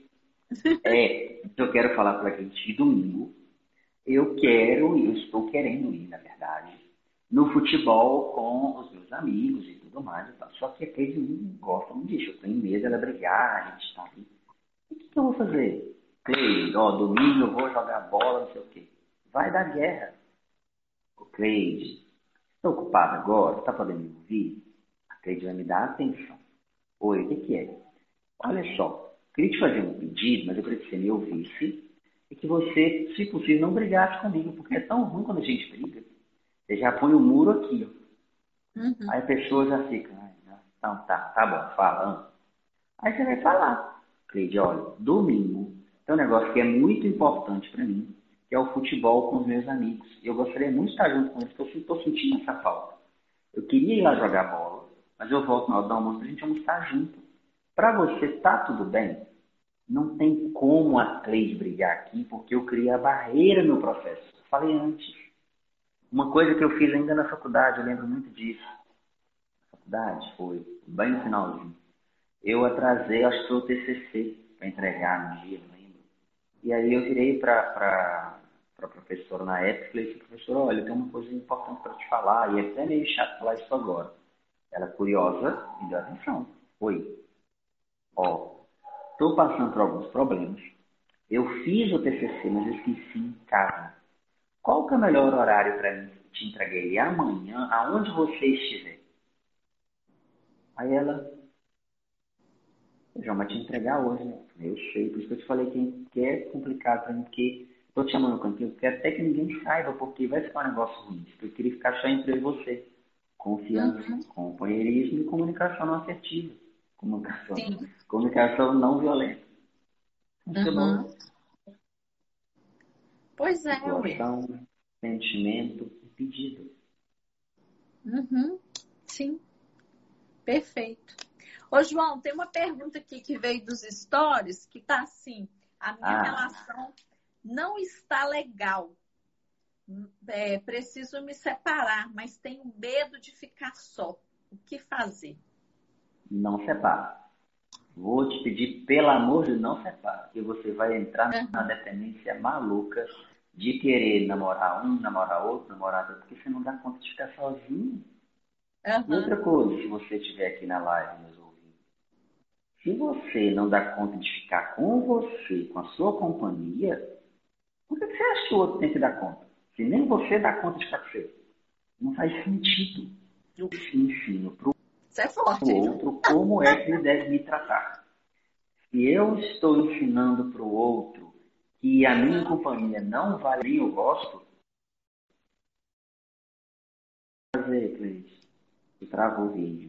[SPEAKER 2] eu quero falar para a Cleide que domingo eu estou querendo ir, na verdade, no futebol com os meus amigos e tudo mais. E tal. Só que a Cleide não gosta muito disso. Eu tenho medo dela brigar, a gente está ali. O que eu vou fazer? Cleide, ó, domingo eu vou jogar bola, não sei o quê. Vai dar guerra. Ô, Cleide, estou ocupado agora? Está podendo me ouvir? A Cleide vai me dar atenção. Oi, o que que é? Olha só, queria te fazer um pedido, mas eu queria que você me ouvisse e que você, se possível, não brigasse comigo, porque é tão ruim quando a gente briga. Você já põe o muro aqui, ó.
[SPEAKER 1] Uhum.
[SPEAKER 2] Aí a pessoa já fica, "Ai, não, então tá bom, fala. Aí você vai falar, Cleide, olha, domingo tem um negócio que é muito importante para mim, que é o futebol com os meus amigos. Eu gostaria muito de estar junto com eles, porque eu estou sentindo essa falta. Eu queria ir lá jogar bola, mas eu volto na hora do almoço pra gente almoçar junto. Para você, tá tudo bem? Não tem como a Cleide brigar aqui, porque eu criei a barreira no processo. Eu falei antes. Uma coisa que eu fiz ainda na faculdade, eu lembro muito disso. Na faculdade foi bem no finalzinho. Eu atrasei, acho que foi o TCC para entregar no dia, não lembro. E aí eu virei para a professora na época e falei assim, professora, olha, tem uma coisa importante para te falar, e é até meio chato falar isso agora. Ela, curiosa, me deu atenção. Oi, ó, estou passando por alguns problemas. Eu fiz o TCC, mas eu esqueci em casa. Qual que é o melhor horário para mim te entregar ele? Amanhã, aonde você estiver. Aí ela, já vai te entregar hoje, né? Eu sei, por isso que eu te falei que é complicado para mim, porque estou te chamando no cantinho, eu quero até que ninguém saiba, porque vai ficar um negócio ruim. Eu queria ficar só entre eu e você. Confiança,
[SPEAKER 1] Uhum.
[SPEAKER 2] companheirismo e comunicação não afetiva.
[SPEAKER 1] Sim.
[SPEAKER 2] Comunicação não violenta.
[SPEAKER 1] Uhum.
[SPEAKER 2] Funcionou.
[SPEAKER 1] Pois é, ué.
[SPEAKER 2] Situação, sentimento e pedido.
[SPEAKER 1] Uhum. Sim, perfeito. Ô, João, tem uma pergunta aqui que veio dos stories que tá assim: a minha
[SPEAKER 2] Ah,
[SPEAKER 1] relação não está legal. Preciso me separar, mas tenho medo de ficar só. O que fazer?
[SPEAKER 2] não separa. Vou te pedir, pelo amor de não separa, que você vai entrar na
[SPEAKER 1] Uhum.
[SPEAKER 2] dependência maluca de querer namorar um, namorar outro, namorar outro, porque você não dá conta de ficar sozinho. E
[SPEAKER 1] Uhum.
[SPEAKER 2] outra coisa, se você estiver aqui na live nos ouvindo, se você não dá conta de ficar com você, com a sua companhia, por que você acha que o outro tem que dar conta? Se nem você dá conta de ficar com você. Não faz sentido. Eu se ensino para
[SPEAKER 1] Isso é
[SPEAKER 2] o
[SPEAKER 1] forte, hein, João?
[SPEAKER 2] outro como é que ele deve me tratar. Se eu estou ensinando para o outro que a minha
[SPEAKER 1] Uhum.
[SPEAKER 2] companhia não vale nem eu gosto, fazer, Cleide, e trava o vídeo.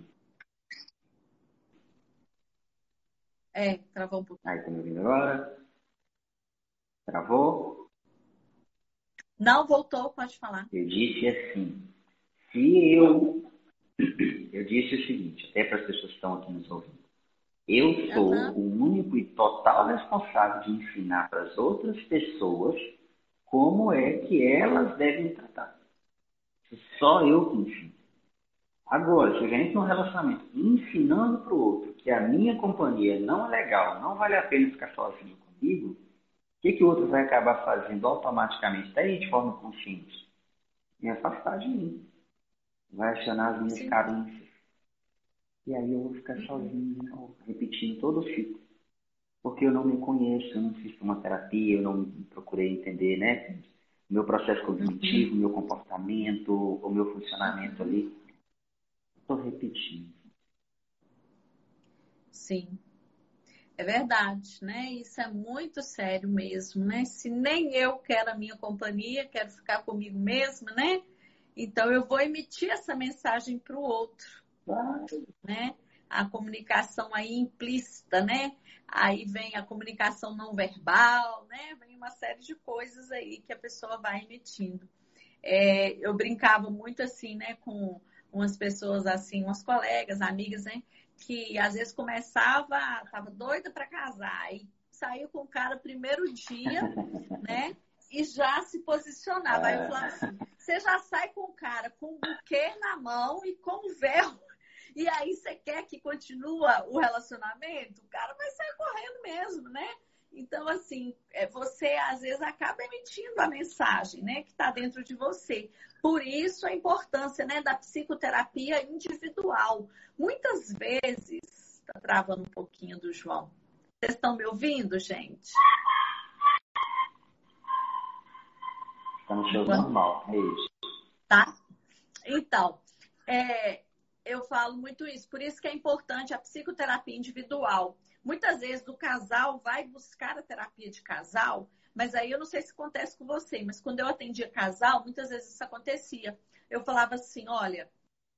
[SPEAKER 1] Travou um pouquinho.
[SPEAKER 2] Aí, tá me ouvindo agora? Travou?
[SPEAKER 1] Não voltou, pode falar.
[SPEAKER 2] Eu disse assim, se eu disse o seguinte, até para as pessoas que estão aqui nos ouvindo, eu sou
[SPEAKER 1] Uhum.
[SPEAKER 2] o único e total responsável de ensinar para as outras pessoas como é que elas devem me tratar. Só eu que ensino. Agora, se a gente num relacionamento ensinando para o outro que a minha companhia não é legal, não vale a pena ficar sozinho comigo, o que o outro vai acabar fazendo automaticamente, até de forma consciente? Me afastar de mim. Vai acionar as minhas
[SPEAKER 1] Sim.
[SPEAKER 2] carências. E aí eu vou ficar
[SPEAKER 1] Uhum.
[SPEAKER 2] sozinho de novo, repetindo todo o ciclo. Porque eu não me conheço, eu não fiz uma terapia, eu não procurei entender, né? Meu processo
[SPEAKER 1] Uhum.
[SPEAKER 2] cognitivo, meu comportamento, o meu funcionamento
[SPEAKER 1] Uhum.
[SPEAKER 2] ali. Estou repetindo.
[SPEAKER 1] Sim. É verdade, né? Isso é muito sério mesmo, né? Se nem eu quero a minha companhia, quero ficar comigo mesma, né? Então eu vou emitir essa mensagem para o outro, né? A comunicação aí implícita, né? Aí vem a comunicação não verbal, né? Vem uma série de coisas aí que a pessoa vai emitindo. Eu brincava muito assim, né, com umas pessoas assim, umas colegas, amigas, né, que às vezes tava doida para casar e saiu com o cara primeiro dia, né, e já se posicionava. Aí eu falava assim, você já sai com o cara com o buquê na mão e com o véu, e aí você quer que continue o relacionamento? O cara vai sair correndo mesmo, né? Então, assim, você às vezes acaba emitindo a mensagem, né, que está dentro de você. Por isso a importância, né, da psicoterapia individual. Muitas vezes, está travando um pouquinho do João. Vocês estão me ouvindo, gente?
[SPEAKER 2] Está no show normal, é isso.
[SPEAKER 1] Tá? Então, eu falo muito isso. Por isso que é importante a psicoterapia individual. Muitas vezes o casal vai buscar a terapia de casal, mas aí eu não sei se acontece com você, mas quando eu atendia casal, muitas vezes isso acontecia. Eu falava assim, olha,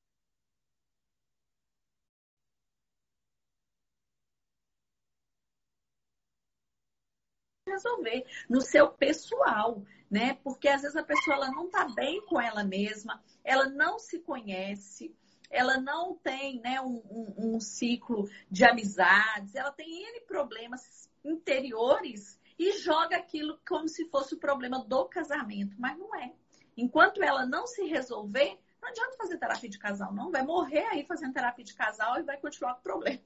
[SPEAKER 1] resolver no seu pessoal, né? Porque às vezes a pessoa ela não está bem com ela mesma, ela não se conhece, ela não tem, né, um ciclo de amizades, ela tem N problemas interiores e joga aquilo como se fosse o problema do casamento, mas não é. Enquanto ela não se resolver, não adianta fazer terapia de casal, não. Vai morrer aí fazendo terapia de casal e vai continuar com o problema.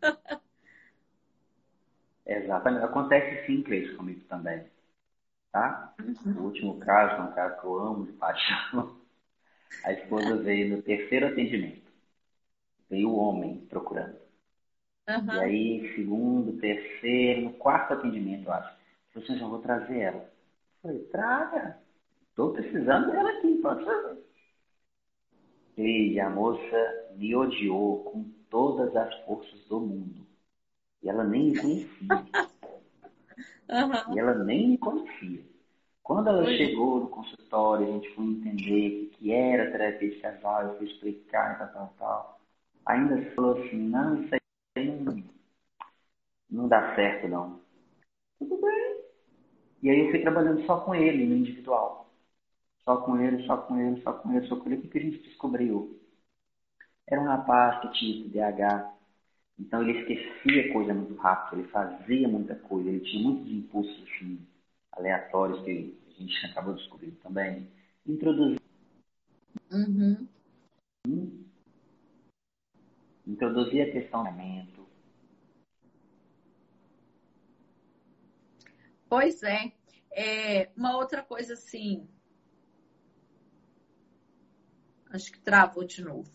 [SPEAKER 2] Exatamente. Acontece sim, Cleiton, comigo também. Tá? O último caso, é um caso que eu amo de paixão. A esposa veio no terceiro atendimento. Veio o homem procurando. E
[SPEAKER 1] Uhum.
[SPEAKER 2] aí, segundo, terceiro, no quarto atendimento, eu acho. Falei assim, já vou trazer ela. Eu falei, traga. Estou precisando dela aqui, pode trazer. E a moça me odiou com todas as forças do mundo. E ela nem me conhecia. E
[SPEAKER 1] Uhum.
[SPEAKER 2] ela nem me conhecia. Quando ela
[SPEAKER 1] Oi.
[SPEAKER 2] chegou no consultório, a gente foi entender o que era terapia de casal, eu fui explicar, tal. Ainda falou assim, não, isso aí não dá certo, não. Tudo bem. E aí eu fui trabalhando só com ele, no individual. Só com ele, só com ele, só com ele, só com ele. O que a gente descobriu? Era um rapaz que tinha TDAH. Então ele esquecia coisa muito rápido, ele fazia muita coisa, ele tinha muitos impulsos assim, aleatórios que a gente acabou descobrindo também. Introduzir
[SPEAKER 1] Uhum.
[SPEAKER 2] Introduzir a questão do momento.
[SPEAKER 1] Pois é. Uma outra coisa assim, acho que travou de novo.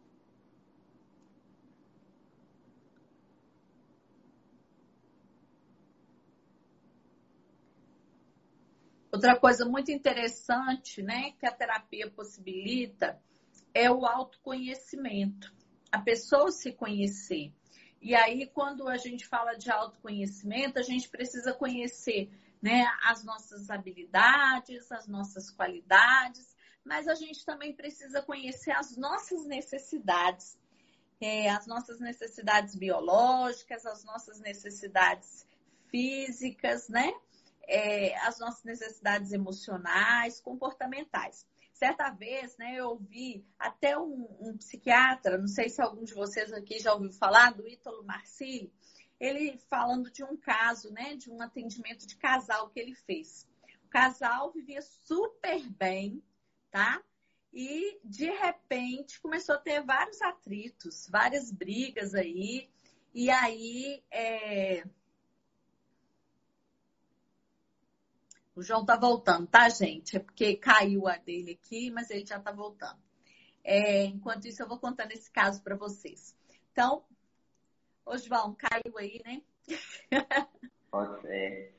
[SPEAKER 1] Outra coisa muito interessante, né, que a terapia possibilita é o autoconhecimento. A pessoa se conhecer. E aí, quando a gente fala de autoconhecimento, a gente precisa conhecer, né, as nossas habilidades, as nossas qualidades, mas a gente também precisa conhecer as nossas necessidades. As nossas necessidades biológicas, as nossas necessidades físicas, né? As nossas necessidades emocionais, comportamentais. Certa vez, né, eu ouvi até um psiquiatra, não sei se algum de vocês aqui já ouviu falar, do Ítalo Marcilli, ele falando de um caso, né, de um atendimento de casal que ele fez. O casal vivia super bem, tá? E, de repente, começou a ter vários atritos, várias brigas aí. E aí, o João tá voltando, tá, gente? É porque caiu a dele aqui, mas ele já tá voltando. Enquanto isso, eu vou contando esse caso para vocês. Então, ô João, caiu aí, né?
[SPEAKER 2] Pode ser.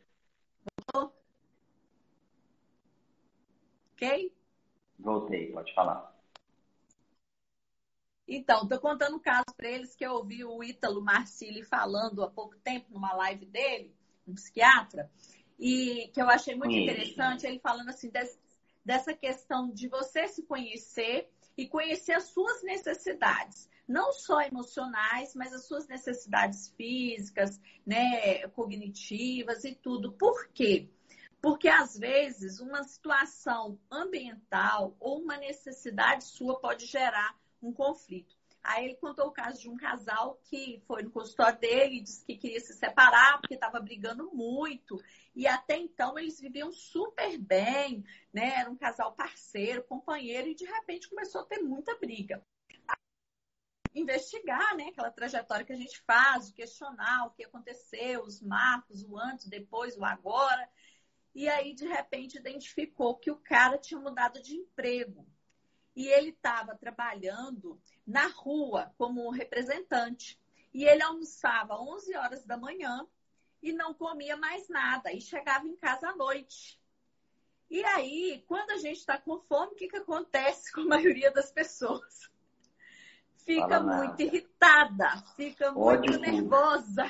[SPEAKER 1] Ok?
[SPEAKER 2] Voltei, pode falar.
[SPEAKER 1] Então, tô contando um caso para eles que eu ouvi o Ítalo Marcilli falando há pouco tempo numa live dele, um psiquiatra, e que eu achei muito interessante, ele falando assim dessa questão de você se conhecer e conhecer as suas necessidades, não só emocionais, mas as suas necessidades físicas, né, cognitivas e tudo. Por quê? Porque, às vezes, uma situação ambiental ou uma necessidade sua pode gerar um conflito. Aí ele contou o caso de um casal que foi no consultório dele e disse que queria se separar porque estava brigando muito. E até então eles viviam super bem, né? Era um casal parceiro, companheiro, e de repente começou a ter muita briga. Investigar, né? Aquela trajetória que a gente faz, de questionar o que aconteceu, os marcos, o antes, o depois, o agora. E aí, de repente, identificou que o cara tinha mudado de emprego. E ele estava trabalhando na rua como representante. E ele almoçava às 11 horas da manhã e não comia mais nada. E chegava em casa à noite. E aí, quando a gente está com fome, o que acontece com a maioria das pessoas? Fica muito irritada, fica muito nervosa.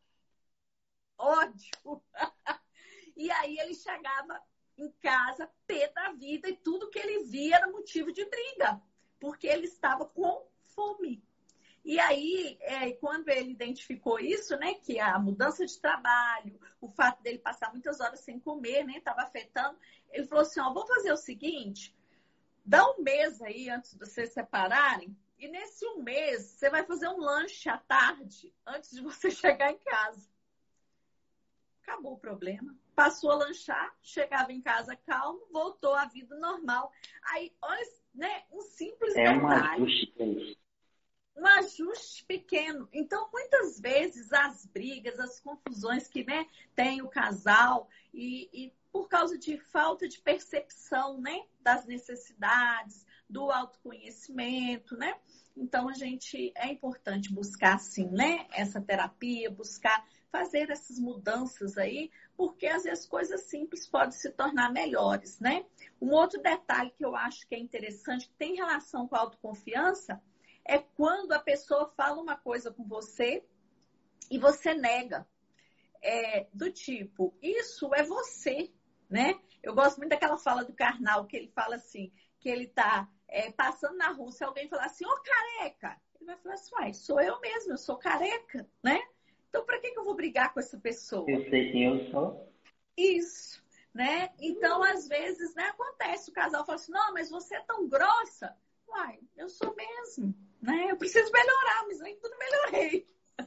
[SPEAKER 1] Ódio. E aí ele chegava em casa, pé da vida, e tudo que ele via era motivo de briga, porque ele estava com fome. E aí, quando ele identificou isso, né, que a mudança de trabalho, o fato dele passar muitas horas sem comer, né, estava afetando, ele falou assim, ó, vou fazer o seguinte, dá um mês aí antes de vocês se separarem, e nesse um mês você vai fazer um lanche à tarde, antes de você chegar em casa. Acabou o problema. Passou a lanchar, chegava em casa calmo, voltou à vida normal. Aí, olha, né, um simples detalhe. Um ajuste pequeno. Então, muitas vezes, as brigas, as confusões que, né, tem o casal e por causa de falta de percepção, né, das necessidades, do autoconhecimento, né? Então, é importante buscar, sim, né, essa terapia, buscar fazer essas mudanças aí, porque às vezes coisas simples podem se tornar melhores, né? Um outro detalhe que eu acho que é interessante, que tem relação com a autoconfiança, é quando a pessoa fala uma coisa com você e você nega. Do tipo, isso é você, né? Eu gosto muito daquela fala do Karnal, que ele fala assim, que ele tá passando na rua, se alguém falar assim, ô careca, ele vai falar assim, uai, sou eu mesmo, eu sou careca, né? Então, para que eu vou brigar com essa pessoa?
[SPEAKER 2] Eu sei quem eu sou.
[SPEAKER 1] Isso, né? Então, às vezes, né, acontece, o casal fala assim, não, mas você é tão grossa. Uai, eu sou mesmo, né? Eu preciso melhorar, mas eu ainda não melhorei.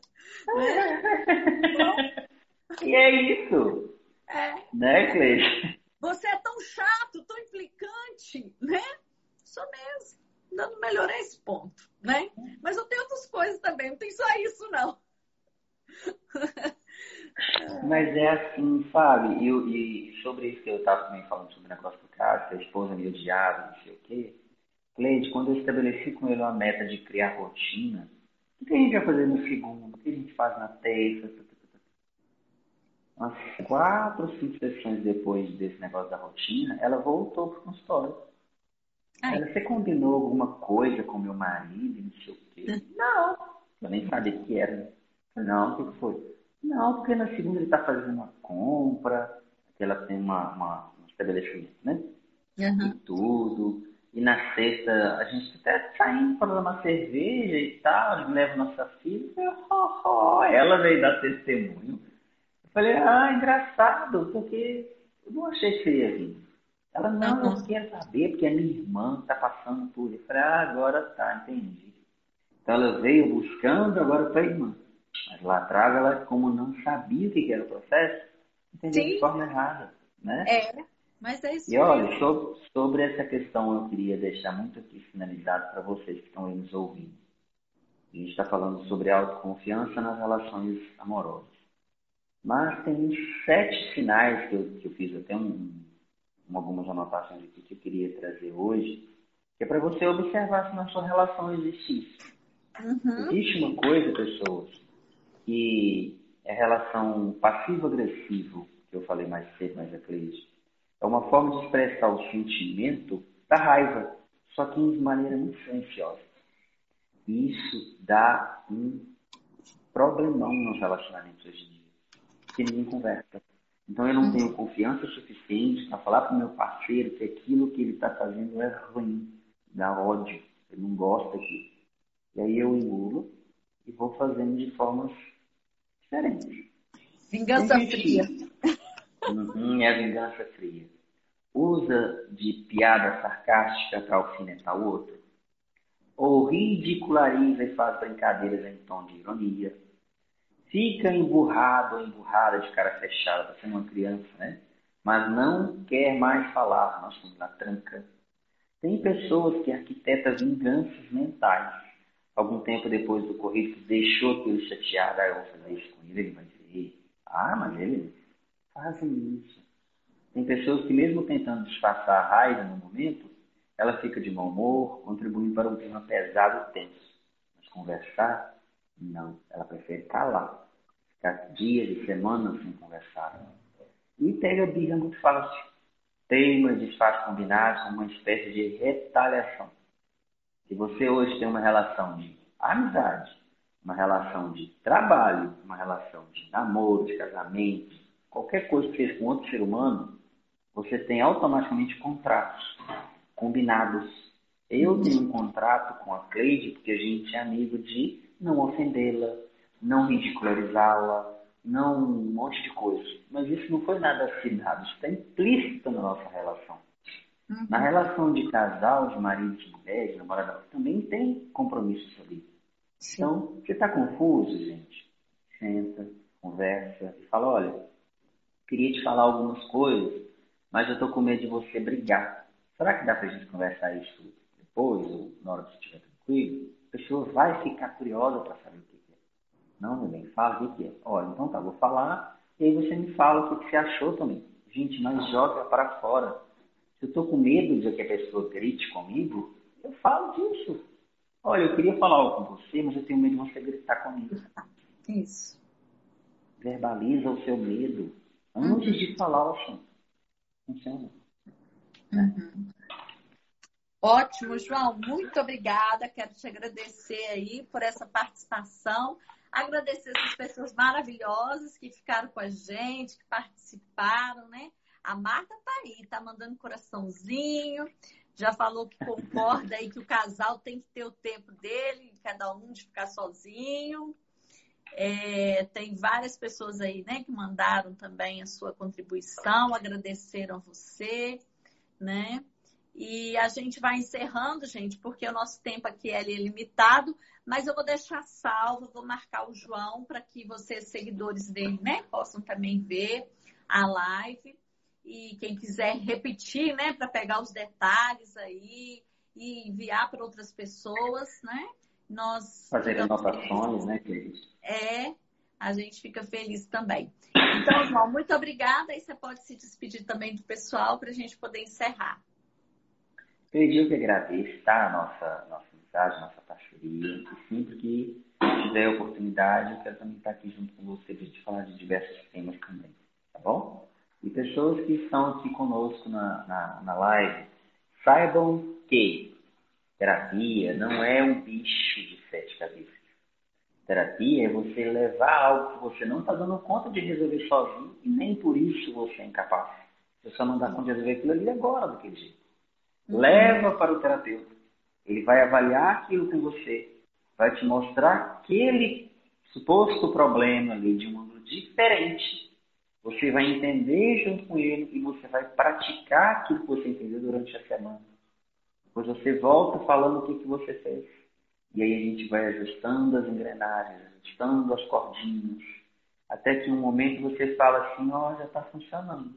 [SPEAKER 1] Né?
[SPEAKER 2] E é isso. Né, Cleiton?
[SPEAKER 1] Você é tão chato, tão implicante, né? Sou mesmo. Ainda não melhorei esse ponto, né? Mas eu tenho outras coisas também, não tem só isso, não.
[SPEAKER 2] Mas é assim, sabe? E sobre isso que eu estava também falando sobre o negócio do cara, que a esposa me odiava, não sei o quê. Cleide, quando eu estabeleci com ele uma meta de criar rotina, o que a gente vai fazer no segundo? O que a gente faz na terça? Umas 4 ou 5 sessões depois desse negócio da rotina, ela voltou pro consultório. Você combinou alguma coisa com meu marido, não sei o quê? Não. Eu nem sabia o que era. Não, o que foi? Não, porque na segunda ele está fazendo uma compra, que ela tem um estabelecimento, né?
[SPEAKER 1] Uhum.
[SPEAKER 2] E tudo. E na sexta a gente até saindo para tomar uma cerveja e tal, leva nossa filha. Ela veio dar testemunho. Eu falei, engraçado, porque eu não achei que você ia vir. Ela, não, eu quero saber, porque a minha irmã está passando por isso. Eu falei, agora tá, entendi. Então ela veio buscando agora para a irmã. Mas lá atrás ela, como não sabia o que era o processo, entendeu de forma errada, né?
[SPEAKER 1] Mas é isso.
[SPEAKER 2] E olha, sobre essa questão eu queria deixar muito aqui finalizado para vocês que estão aí nos ouvindo. A gente está falando sobre autoconfiança nas relações amorosas. Mas tem 7 sinais que eu fiz até algumas anotações aqui que eu queria trazer hoje, que é para você observar se na sua relação existe isso. Existe uma coisa, pessoas, que é relação passivo-agressivo, que eu falei mais cedo, mas é Cleide. É uma forma de expressar o sentimento da raiva, só que de maneira muito silenciosa. Isso dá um problemão nos relacionamentos hoje em dia, porque ninguém conversa. Então eu não tenho confiança suficiente para falar para o meu parceiro que aquilo que ele está fazendo é ruim, dá ódio, ele não gosta daquilo. E aí eu engulo e vou fazendo de formas diferentes.
[SPEAKER 1] Vingança fria.
[SPEAKER 2] É a vingança fria. Usa de piada sarcástica para alfinetar o outro. Ou ridiculariza e faz brincadeiras em tom de ironia. Fica emburrado ou emburrada de cara fechada, parecendo uma criança, né? Mas não quer mais falar, nós somos na tranca. Tem pessoas que arquitetam vinganças mentais. Algum tempo depois do ocorrido, que deixou aquele chateado, eu vou fazer isso com ele vai dizer, mas ele fazem isso. Tem pessoas que mesmo tentando disfarçar a raiva no momento, ela fica de mau humor, contribuindo para um clima pesado e tenso. Mas conversar, não. Ela prefere calar. Ficar dias e semanas sem conversar. E pega a birra muito fácil. Teima e desfaz combinados como uma espécie de retaliação. Se você hoje tem uma relação de amizade, uma relação de trabalho, uma relação de namoro, de casamento, qualquer coisa que seja com outro ser humano, você tem automaticamente contratos combinados. Eu tenho um contrato com a Cleide porque a gente é amigo de não ofendê-la, não ridicularizá-la, não um monte de coisa. Mas isso não foi nada assinado, isso está implícito na nossa relação. Na relação de casal, de marido, de mulher, de namorada, também tem compromissos ali.
[SPEAKER 1] Sim.
[SPEAKER 2] Então, você está confuso, gente? Senta, conversa e fala, olha, queria te falar algumas coisas, mas eu estou com medo de você brigar. Será que dá para a gente conversar isso depois, ou na hora que você estiver tranquilo? A pessoa vai ficar curiosa para saber o que é. Não, meu bem, fala o que é. Olha, então tá, vou falar, e aí você me fala o que você achou também. Gente, mas joga para fora. Se eu estou com medo de que a pessoa grite comigo, eu falo disso. Olha, eu queria falar algo com você, mas eu tenho medo de você gritar comigo.
[SPEAKER 1] Isso.
[SPEAKER 2] Verbaliza o seu medo antes de falar o assunto. Funciona.
[SPEAKER 1] Ótimo, João. Muito obrigada. Quero te agradecer aí por essa participação. Agradecer essas pessoas maravilhosas que ficaram com a gente, que participaram, né? A Marta tá aí, tá mandando coraçãozinho. Já falou que concorda aí que o casal tem que ter o tempo dele, cada um de ficar sozinho. Tem várias pessoas aí, né, que mandaram também a sua contribuição, agradeceram a você, né? E a gente vai encerrando, gente, porque o nosso tempo aqui é limitado, mas eu vou deixar salvo, vou marcar o João para que vocês, seguidores dele, né, possam também ver a live. E quem quiser repetir, né, para pegar os detalhes aí e enviar para outras pessoas, né? Nós
[SPEAKER 2] fazer anotações, né, Cleide?
[SPEAKER 1] A gente fica feliz também. Então, João, muito obrigada. E você pode se despedir também do pessoal para a gente poder encerrar.
[SPEAKER 2] Cleide, eu que agradeço, tá? Nossa amizade, nossa parceria. E sempre que tiver oportunidade, eu quero também estar aqui junto com você para a gente falar de diversos temas também, tá bom? E pessoas que estão aqui conosco na live, saibam que terapia não é um bicho de 7 cabeças. Terapia é você levar algo que você não está dando conta de resolver sozinho e nem por isso você é incapaz. Você só não dá conta de resolver aquilo ali agora, daquele jeito. Leva para o terapeuta. Ele vai avaliar aquilo com você, vai te mostrar aquele suposto problema ali de um ângulo diferente. Você vai entender junto com ele e você vai praticar aquilo que você entendeu durante a semana. Depois você volta falando o que você fez. E aí a gente vai ajustando as engrenagens, ajustando as cordinhas, até que em um momento você fala assim, já está funcionando.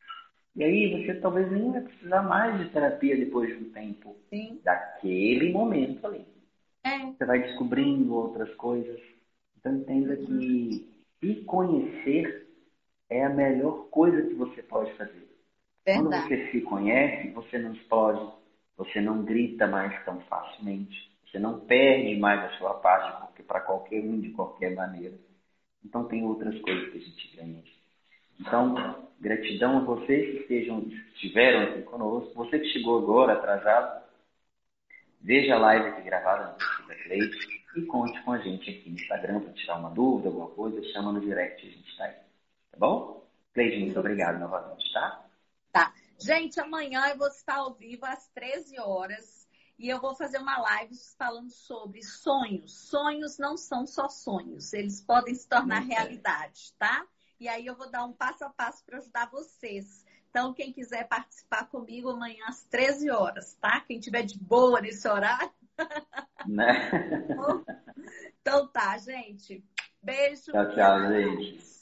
[SPEAKER 2] E aí você talvez nem vai precisar mais de terapia depois de um tempo.
[SPEAKER 1] Sim.
[SPEAKER 2] Daquele momento ali. Você vai descobrindo outras coisas. Então entenda que se conhecer é a melhor coisa que você pode fazer.
[SPEAKER 1] Verdade.
[SPEAKER 2] Quando você se conhece, você não explode, você não grita mais tão facilmente, você não perde mais a sua paz para qualquer um de qualquer maneira. Então tem outras coisas que a gente ganha. Então, gratidão a vocês que estiveram aqui conosco, você que chegou agora atrasado, veja a live aqui gravada no Psica Cleide e conte com a gente aqui no Instagram para tirar uma dúvida, alguma coisa, chama no direct, a gente está aí. Tá bom? Cleide, muito obrigado novamente, tá?
[SPEAKER 1] Tá. Gente, amanhã eu vou estar ao vivo às 13 horas e eu vou fazer uma live falando sobre sonhos. Sonhos não são só sonhos, eles podem se tornar realidade, tá? E aí eu vou dar um passo a passo para ajudar vocês. Então, quem quiser participar comigo amanhã às 13 horas, tá? Quem tiver de boa nesse horário.
[SPEAKER 2] Né?
[SPEAKER 1] Então tá, gente. Beijo.
[SPEAKER 2] Tchau, tchau, gente.